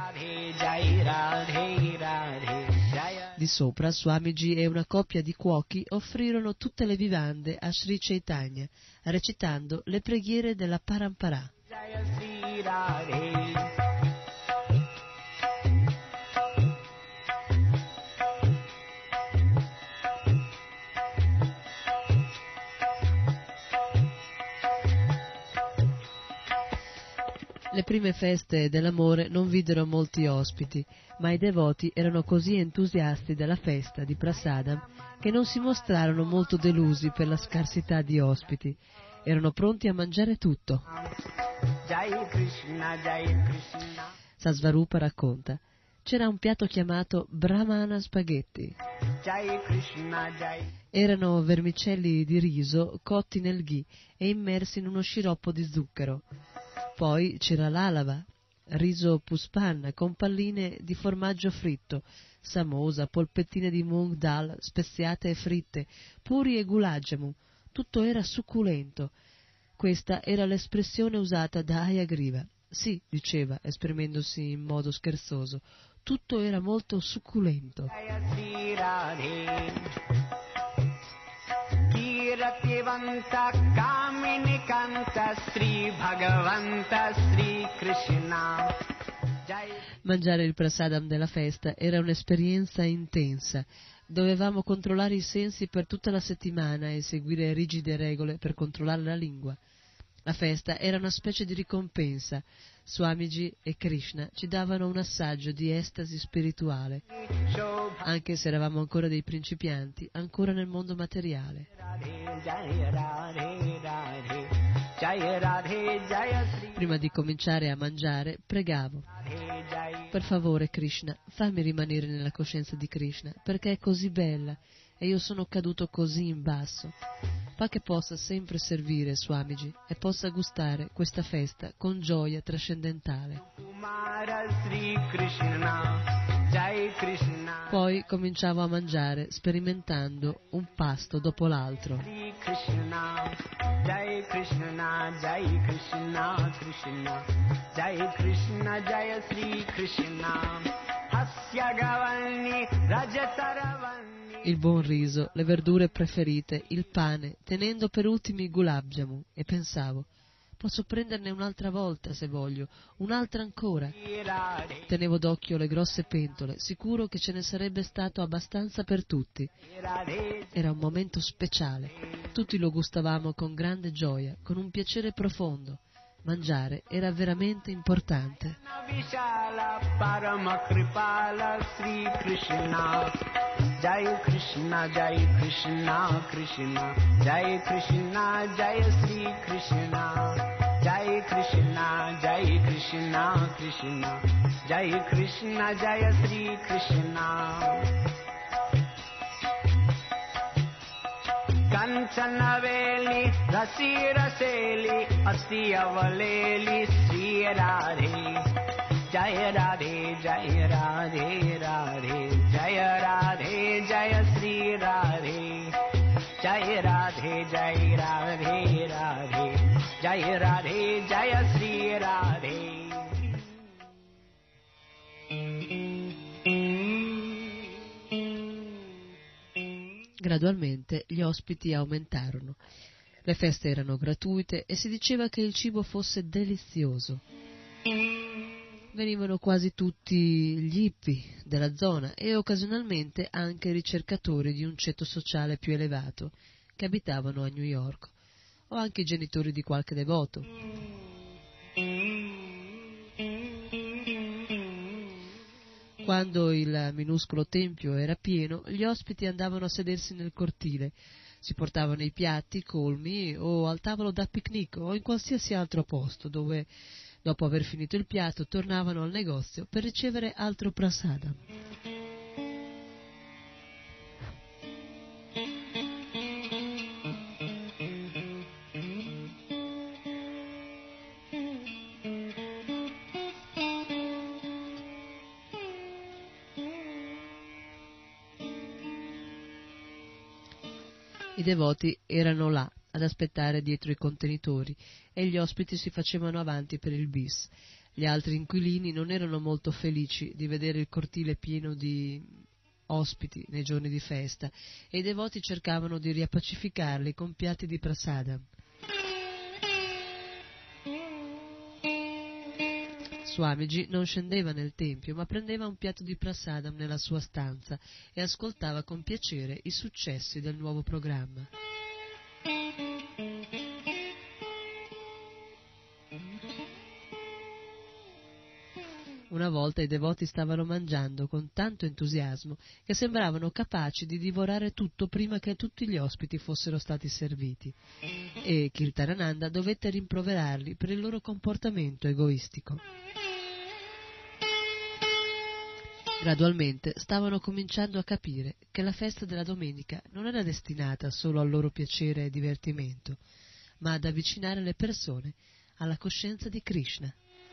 [SPEAKER 12] Di sopra, Swamiji e una coppia di cuochi offrirono tutte le vivande a Sri Chaitanya, recitando le preghiere della Parampara. Le prime feste dell'amore non videro molti ospiti, ma i devoti erano così entusiasti della festa di Prasadam che non si mostrarono molto delusi per la scarsità di ospiti. Erano pronti a mangiare tutto. Sasvarupa racconta: c'era un piatto chiamato Brahmana Spaghetti. Erano vermicelli di riso cotti nel ghee e immersi in uno sciroppo di zucchero. Poi c'era l'alava, riso puspanna con palline di formaggio fritto, samosa, polpettine di mung dal speziate e fritte, puri e gulab jamun. Tutto era succulento. Questa era l'espressione usata da Hayagriva. Sì, diceva, esprimendosi in modo scherzoso, tutto era molto succulento. Mangiare il prasadam della festa era un'esperienza intensa. Dovevamo controllare i sensi per tutta la settimana e seguire rigide regole per controllare la lingua. La festa era una specie di ricompensa. Swamiji e Krishna ci davano un assaggio di estasi spirituale, anche se eravamo ancora dei principianti, ancora nel mondo materiale. Prima di cominciare a mangiare, pregavo: per favore, Krishna, fammi rimanere nella coscienza di Krishna, perché è così bella e io sono caduto così in basso. Fa che possa sempre servire Swamiji e possa gustare questa festa con gioia trascendentale. Poi cominciavo a mangiare, sperimentando un pasto dopo l'altro. Il buon riso, le verdure preferite, il pane, tenendo per ultimi i gulab jamun, e pensavo: posso prenderne un'altra volta se voglio, un'altra ancora. Tenevo d'occhio le grosse pentole, sicuro che ce ne sarebbe stato abbastanza per tutti. Era un momento speciale, tutti lo gustavamo con grande gioia, con un piacere profondo. Mangiare era veramente importante. Jai Krishna, Jai Krishna, Krishna, Jai Krishna, Jai Sri Krishna, Jai Krishna, Jai Krishna, Krishna, Jai Krishna, Jai Sri Krishna. Kanchana veli, rasi raseli, asti avaleli, Sri Radhe. Jaya Radhe, Jaya Radhe, Radhe, Jaya Radhe, Jaya Sri Radhe, Jaya Radhe, Jaya Radhe, Radhe, Jaya Radhe, Jaya Sri Radhe. Gradualmente gli ospiti aumentarono. Le feste erano gratuite e si diceva che il cibo fosse delizioso. Venivano quasi tutti gli hippie della zona e occasionalmente anche ricercatori di un ceto sociale più elevato che abitavano a New York, o anche i genitori di qualche devoto. Quando il minuscolo tempio era pieno, gli ospiti andavano a sedersi nel cortile, si portavano i piatti colmi o al tavolo da picnic o in qualsiasi altro posto dove, dopo aver finito il piatto, tornavano al negozio per ricevere altro prasadam. I devoti erano là, ad aspettare dietro i contenitori e gli ospiti si facevano avanti per il bis. Gli altri inquilini non erano molto felici di vedere il cortile pieno di ospiti nei giorni di festa e i devoti cercavano di riappacificarli con piatti di prasadam. Swamiji non scendeva nel tempio, ma prendeva un piatto di prasadam nella sua stanza e ascoltava con piacere i successi del nuovo programma. Una volta i devoti stavano mangiando con tanto entusiasmo che sembravano capaci di divorare tutto prima che tutti gli ospiti fossero stati serviti, e Kirtanananda dovette rimproverarli per il loro comportamento egoistico. Gradualmente stavano cominciando a capire che la festa della domenica non era destinata solo al loro piacere e divertimento, ma ad avvicinare le persone alla coscienza di Krishna.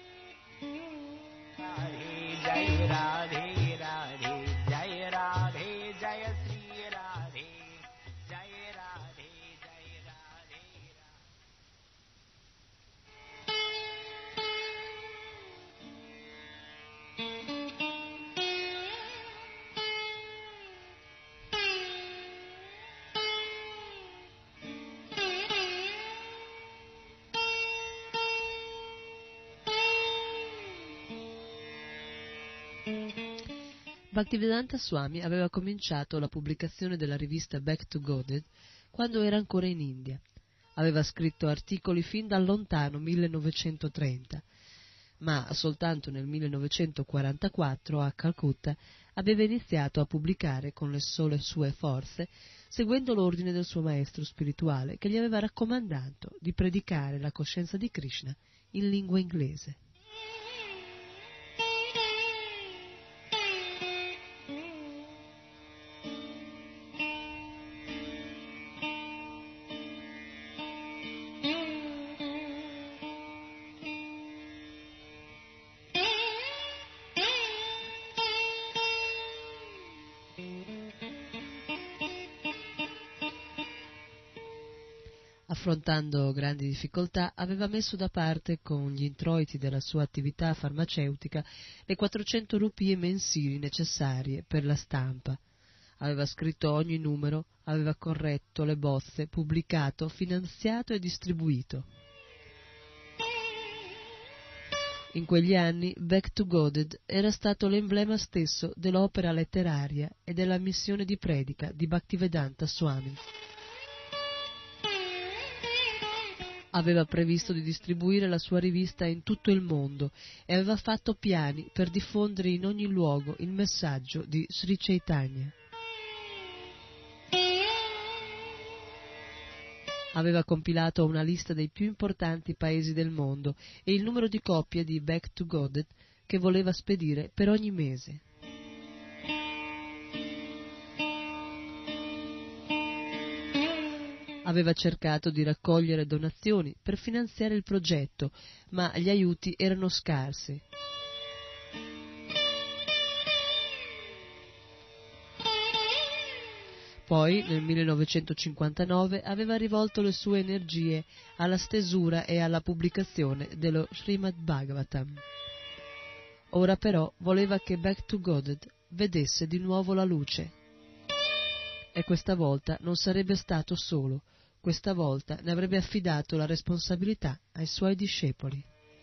[SPEAKER 12] Jai Radhe Radhe, Jai Radhe, Jai Sri Radhe, Jai Radhe, Jai Radhe. Bhaktivedanta Swami aveva cominciato la pubblicazione della rivista Back to Godhead quando era ancora in India. Aveva scritto articoli fin dal lontano millenovecentotrenta, ma soltanto nel millenovecentoquarantaquattro a Calcutta aveva iniziato a pubblicare con le sole sue forze, seguendo l'ordine del suo maestro spirituale che gli aveva raccomandato di predicare la coscienza di Krishna in lingua inglese. Affrontando grandi difficoltà, aveva messo da parte con gli introiti della sua attività farmaceutica le quattrocento rupie mensili necessarie per la stampa. Aveva scritto ogni numero, aveva corretto le bozze, pubblicato, finanziato e distribuito. In quegli anni Back to Godhead era stato l'emblema stesso dell'opera letteraria e della missione di predica di Bhaktivedanta Swami. Aveva previsto di distribuire la sua rivista in tutto il mondo e aveva fatto piani per diffondere in ogni luogo il messaggio di Sri Chaitanya. Aveva compilato una lista dei più importanti paesi del mondo e il numero di copie di Back to Godhead che voleva spedire per ogni mese. Aveva cercato di raccogliere donazioni per finanziare il progetto, ma gli aiuti erano scarsi. Poi, nel millenovecentocinquantanove, aveva rivolto le sue energie alla stesura e alla pubblicazione dello Srimad Bhagavatam. Ora però voleva che Back to Godhead vedesse di nuovo la luce. E questa volta non sarebbe stato solo. Questa volta ne avrebbe affidato la responsabilità ai suoi discepoli.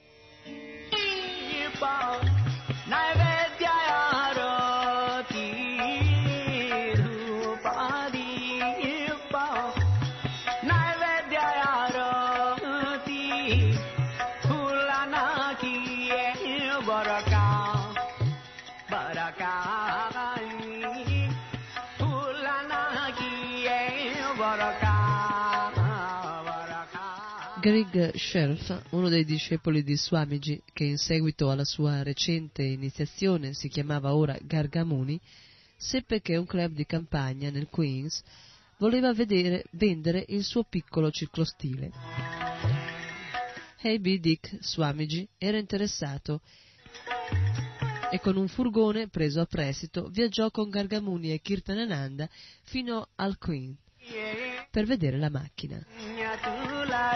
[SPEAKER 12] Greg Shelf, uno dei discepoli di Swamiji, che in seguito alla sua recente iniziazione si chiamava ora Gargamuni, seppe che un club di campagna nel Queens voleva vedere, vendere il suo piccolo ciclostile. Hey B. Dick Swamiji era interessato e con un furgone preso a prestito viaggiò con Gargamuni e Kirtanananda fino al Queen per vedere la macchina.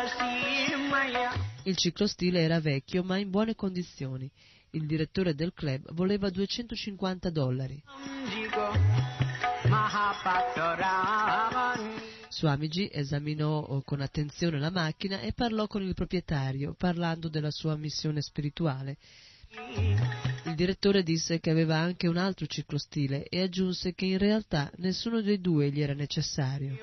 [SPEAKER 12] Il ciclostile era vecchio ma in buone condizioni. Il direttore del club voleva duecentocinquanta dollari. Swamiji esaminò con attenzione la macchina e parlò con il proprietario, parlando della sua missione spirituale. Il direttore disse che aveva anche un altro ciclostile e aggiunse che in realtà nessuno dei due gli era necessario.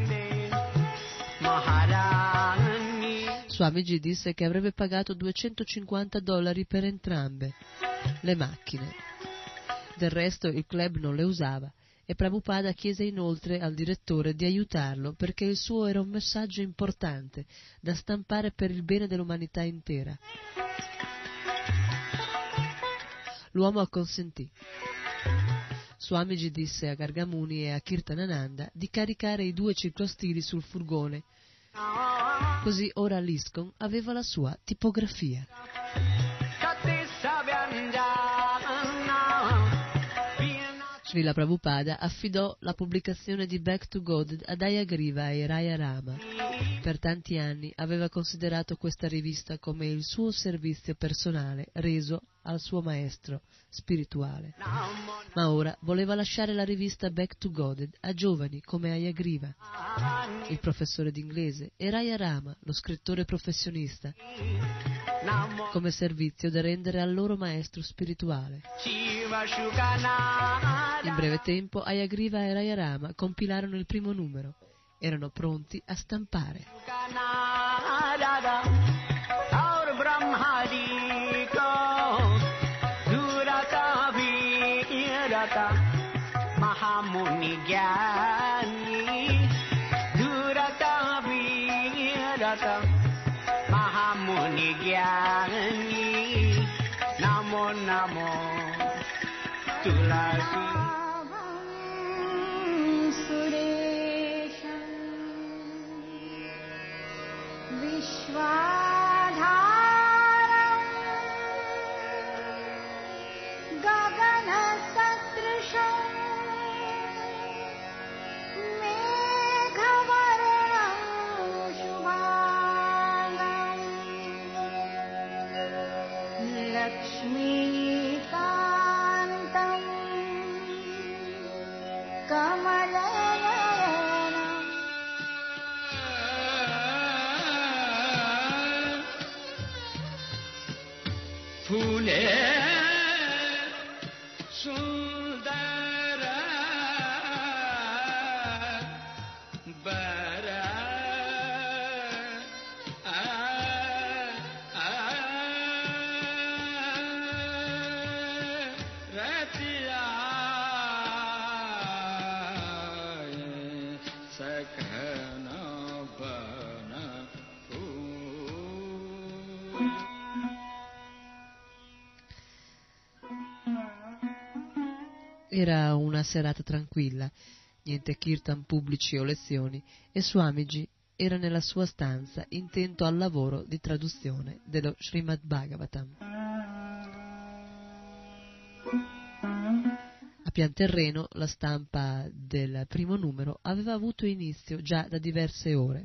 [SPEAKER 12] Swamiji disse che avrebbe pagato duecentocinquanta dollari per entrambe le macchine. Del resto il club non le usava e Prabhupada chiese inoltre al direttore di aiutarlo perché il suo era un messaggio importante da stampare per il bene dell'umanità intera. L'uomo acconsentì. Swamiji disse a Gargamuni e a Kirtanananda di caricare i due ciclostili sul furgone. Così ora l'ISKCON aveva la sua tipografia. Srila Prabhupada affidò la pubblicazione di Back to God ad Hayagriva e Raya Rama. Per tanti anni aveva considerato questa rivista come il suo servizio personale reso al suo maestro spirituale. Ma ora voleva lasciare la rivista Back to God a giovani come Hayagriva, il professore d'inglese, e Raya Rama, lo scrittore professionista, come servizio da rendere al loro maestro spirituale. In breve tempo Hayagriva e Raya Rama compilarono il primo numero. Erano pronti a stampare.
[SPEAKER 13] Namo Namo Tulasi Suresham Vishwadharam Gagana Satrisham Meghavarnam Shubhanam Lakshmi Kantam Kamalayana Phule Sundara Bara
[SPEAKER 12] Era una serata tranquilla, niente kirtan pubblici o lezioni, e Swamiji era nella sua stanza intento al lavoro di traduzione dello Srimad Bhagavatam. A pian terreno la stampa del primo numero aveva avuto inizio già da diverse ore.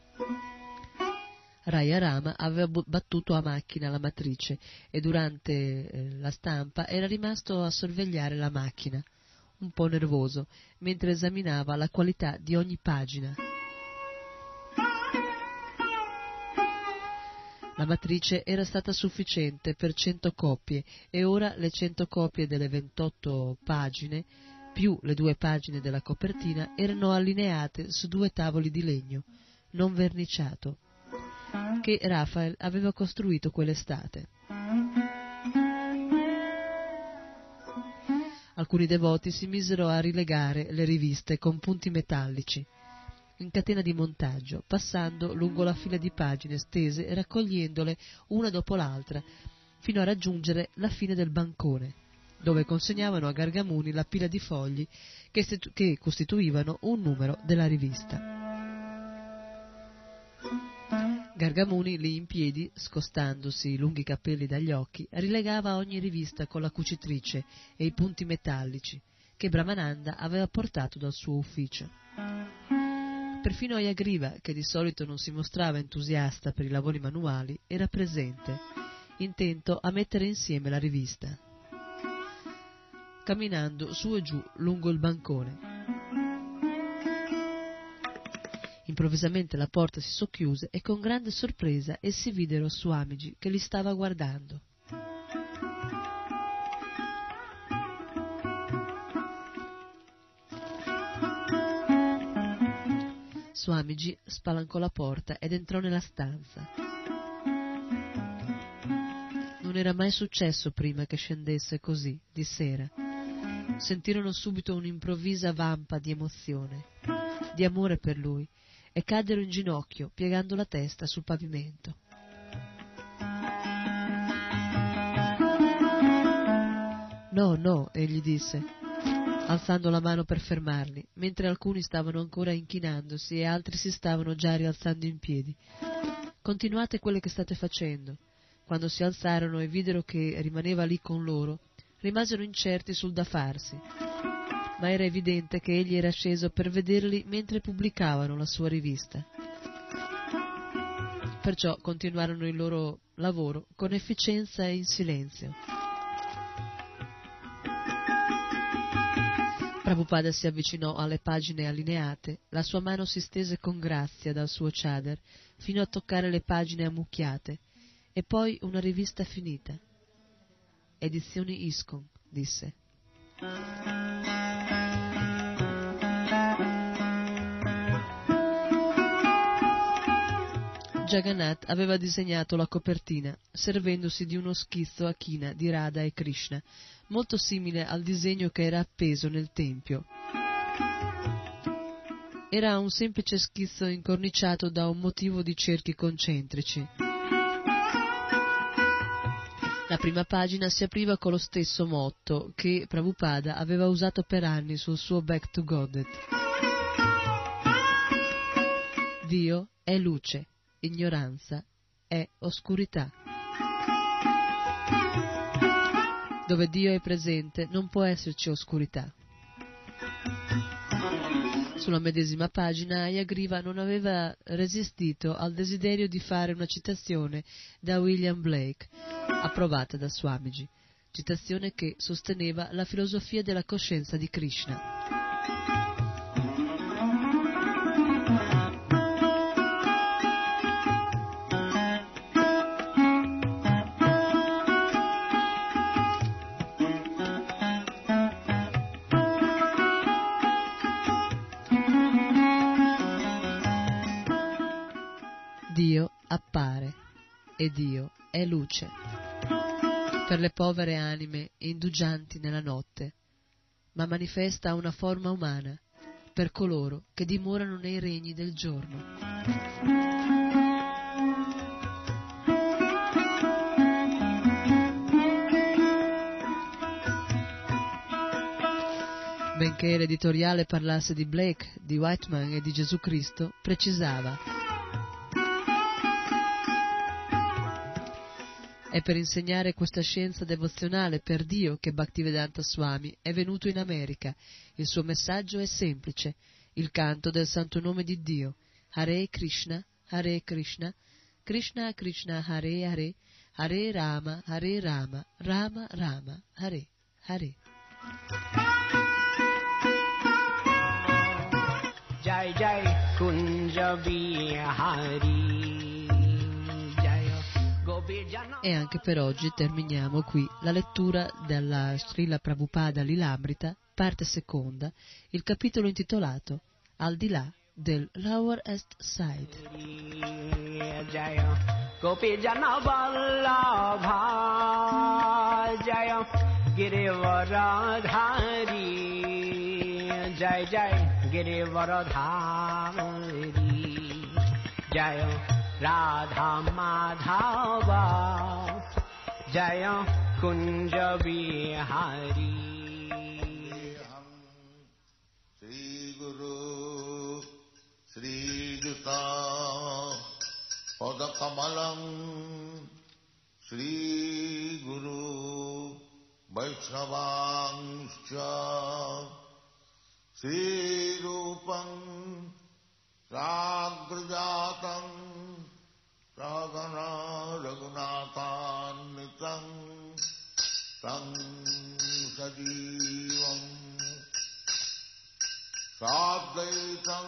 [SPEAKER 12] Raya Rama aveva battuto a macchina la matrice e durante eh, la stampa era rimasto a sorvegliare la macchina, un po' nervoso, mentre esaminava la qualità di ogni pagina. La matrice era stata sufficiente per cento copie e ora le cento copie delle ventotto pagine più le due pagine della copertina erano allineate su due tavoli di legno, non verniciato, che Raphael aveva costruito quell'estate. Alcuni devoti si misero a rilegare le riviste con punti metallici, in catena di montaggio, passando lungo la fila di pagine stese e raccogliendole una dopo l'altra, fino a raggiungere la fine del bancone, dove consegnavano a Gargamuni la pila di fogli che, stitu- che costituivano un numero della rivista. Gargamuni, lì in piedi, scostandosi i lunghi capelli dagli occhi, rilegava ogni rivista con la cucitrice e i punti metallici che Brahmananda aveva portato dal suo ufficio. Perfino Hayagriva, che di solito non si mostrava entusiasta per i lavori manuali, era presente, intento a mettere insieme la rivista. Camminando su e giù lungo il bancone, improvvisamente la porta si socchiuse e con grande sorpresa essi videro Swamiji che li stava guardando. Swamiji spalancò la porta ed entrò nella stanza. Non era mai successo prima che scendesse così, di sera. Sentirono subito un'improvvisa vampa di emozione, di amore per lui, e caddero in ginocchio, piegando la testa sul pavimento. No, no, egli disse, alzando la mano per fermarli, mentre alcuni stavano ancora inchinandosi e altri si stavano già rialzando in piedi. Continuate quello che state facendo. Quando si alzarono e videro che rimaneva lì con loro, rimasero incerti sul da farsi, ma era evidente che egli era sceso per vederli mentre pubblicavano la sua rivista. Perciò continuarono il loro lavoro con efficienza e in silenzio. Prabhupada si avvicinò alle pagine allineate, la sua mano si stese con grazia dal suo chadar fino a toccare le pagine ammucchiate, e poi una rivista finita. Edizioni ISKCON, disse. Jagannath aveva disegnato la copertina, servendosi di uno schizzo a china di Radha e Krishna, molto simile al disegno che era appeso nel tempio. Era un semplice schizzo incorniciato da un motivo di cerchi concentrici. La prima pagina si apriva con lo stesso motto che Prabhupada aveva usato per anni sul suo Back to Godhead. Dio è luce, ignoranza è oscurità. Dove Dio è presente non può esserci oscurità. Sulla medesima pagina Hayagriva non aveva resistito al desiderio di fare una citazione da William Blake, approvata da Swamiji, citazione che sosteneva la filosofia della coscienza di Krishna. Dio appare e Dio è luce per le povere anime indugianti nella notte, ma manifesta una forma umana per coloro che dimorano nei regni del giorno. Benché l'editoriale parlasse di Blake, di Whiteman e di Gesù Cristo, precisava: è per insegnare questa scienza devozionale per Dio che Bhaktivedanta Swami è venuto in America. Il suo messaggio è semplice, il canto del santo nome di Dio. Hare Krishna, Hare Krishna, Krishna Krishna Hare Hare, Hare Rama, Hare Rama, Rama Rama, Hare Hare.
[SPEAKER 13] Jai Jai Kunja Bihari.
[SPEAKER 12] E anche per oggi terminiamo qui la lettura della Srila Prabhupada Lilamrita, parte seconda, il capitolo intitolato Al di là del Lower East Side.
[SPEAKER 13] Jaya Gopi Jana Vallabha Jaya Girivaradhari Jai Jai Girivaradhari Jaya Radha Madhava Jaya Kunja Bihari.
[SPEAKER 11] Sri Guru Sri Juta Pada Kamalam Sri Guru Vaishnavangscha Sri Rupam Sagrajatam Sagana Raghunathanvitam Tam Sajivam Sadvaitam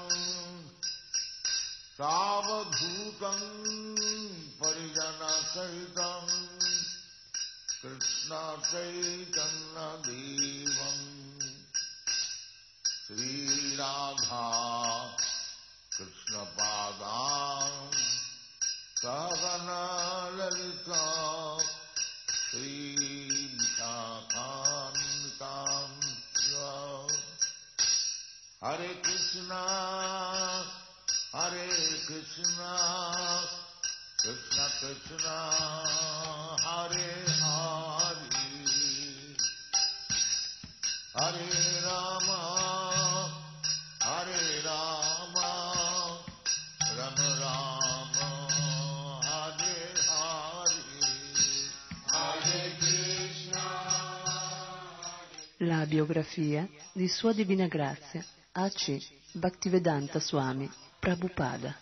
[SPEAKER 11] Savadhutam Parijana Sahitam Krishna Chaitanya Devam Sri Radha Krishna Padam Sagana Lalita Sri Vishakhantam Hare Krishna Hare Krishna Krishna Krishna Hare Hare Hare Rama Hare Rama Rama Rama Hare Hare Hare Krishna.
[SPEAKER 12] La biografia di Sua Divina Grazia A C Bhaktivedanta Swami Prabhupada.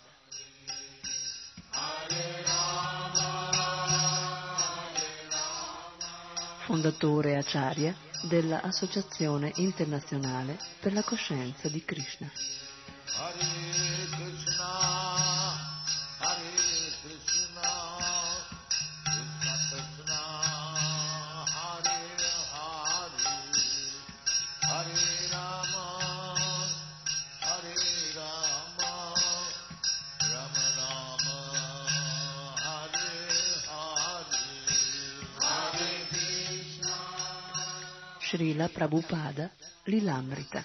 [SPEAKER 12] Fondatore Acharya della Associazione Internazionale per la Coscienza di Krishna.
[SPEAKER 11] Hare Krishna, Hare Krishna, Krishna Krishna, Hare Hare, Hare Rama, Hare Rama, Rama Rama, Hare Hare, Hare Krishna.
[SPEAKER 12] Srila Prabhupada Lilamrita.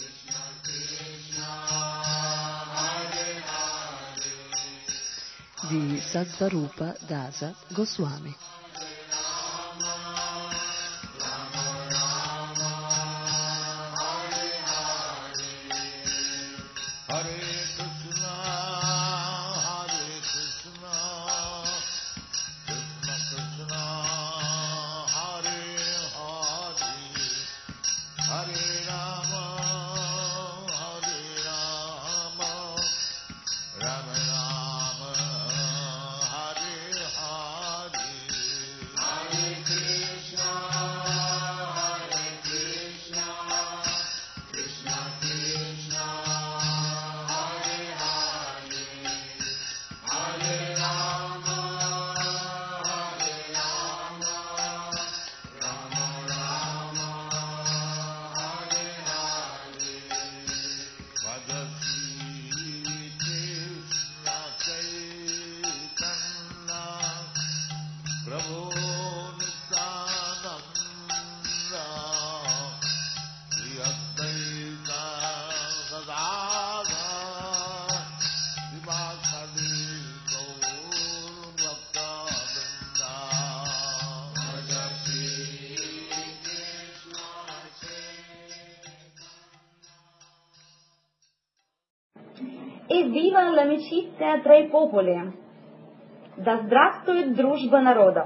[SPEAKER 12] Di Sattvarupa Dasa Goswami.
[SPEAKER 11] Hare Krishna, Hare Krishna, Krishna Krishna, Hare Hare, Hare Rama, Hare Rama, Rama Rama, Hare Hare, Hare Krishna, Hare Krishna, Krishna Krishna, Hare Hare, Hare Rama, Hare Rama, Rama Rama, Hare Hare. Bhajati Krishna Chaitanya Prabhu Nityananda Shri Advaita Gadadhara Srivasadi Gaur Bhakta-vrinda. Bhajati Krishna
[SPEAKER 14] Evviva l'amicizia tra i popoli! Да здравствует дружба народов!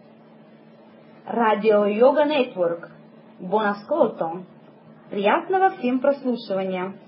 [SPEAKER 14] Радио Йога Нетворк. Buon ascolto! Приятного всем прослушивания!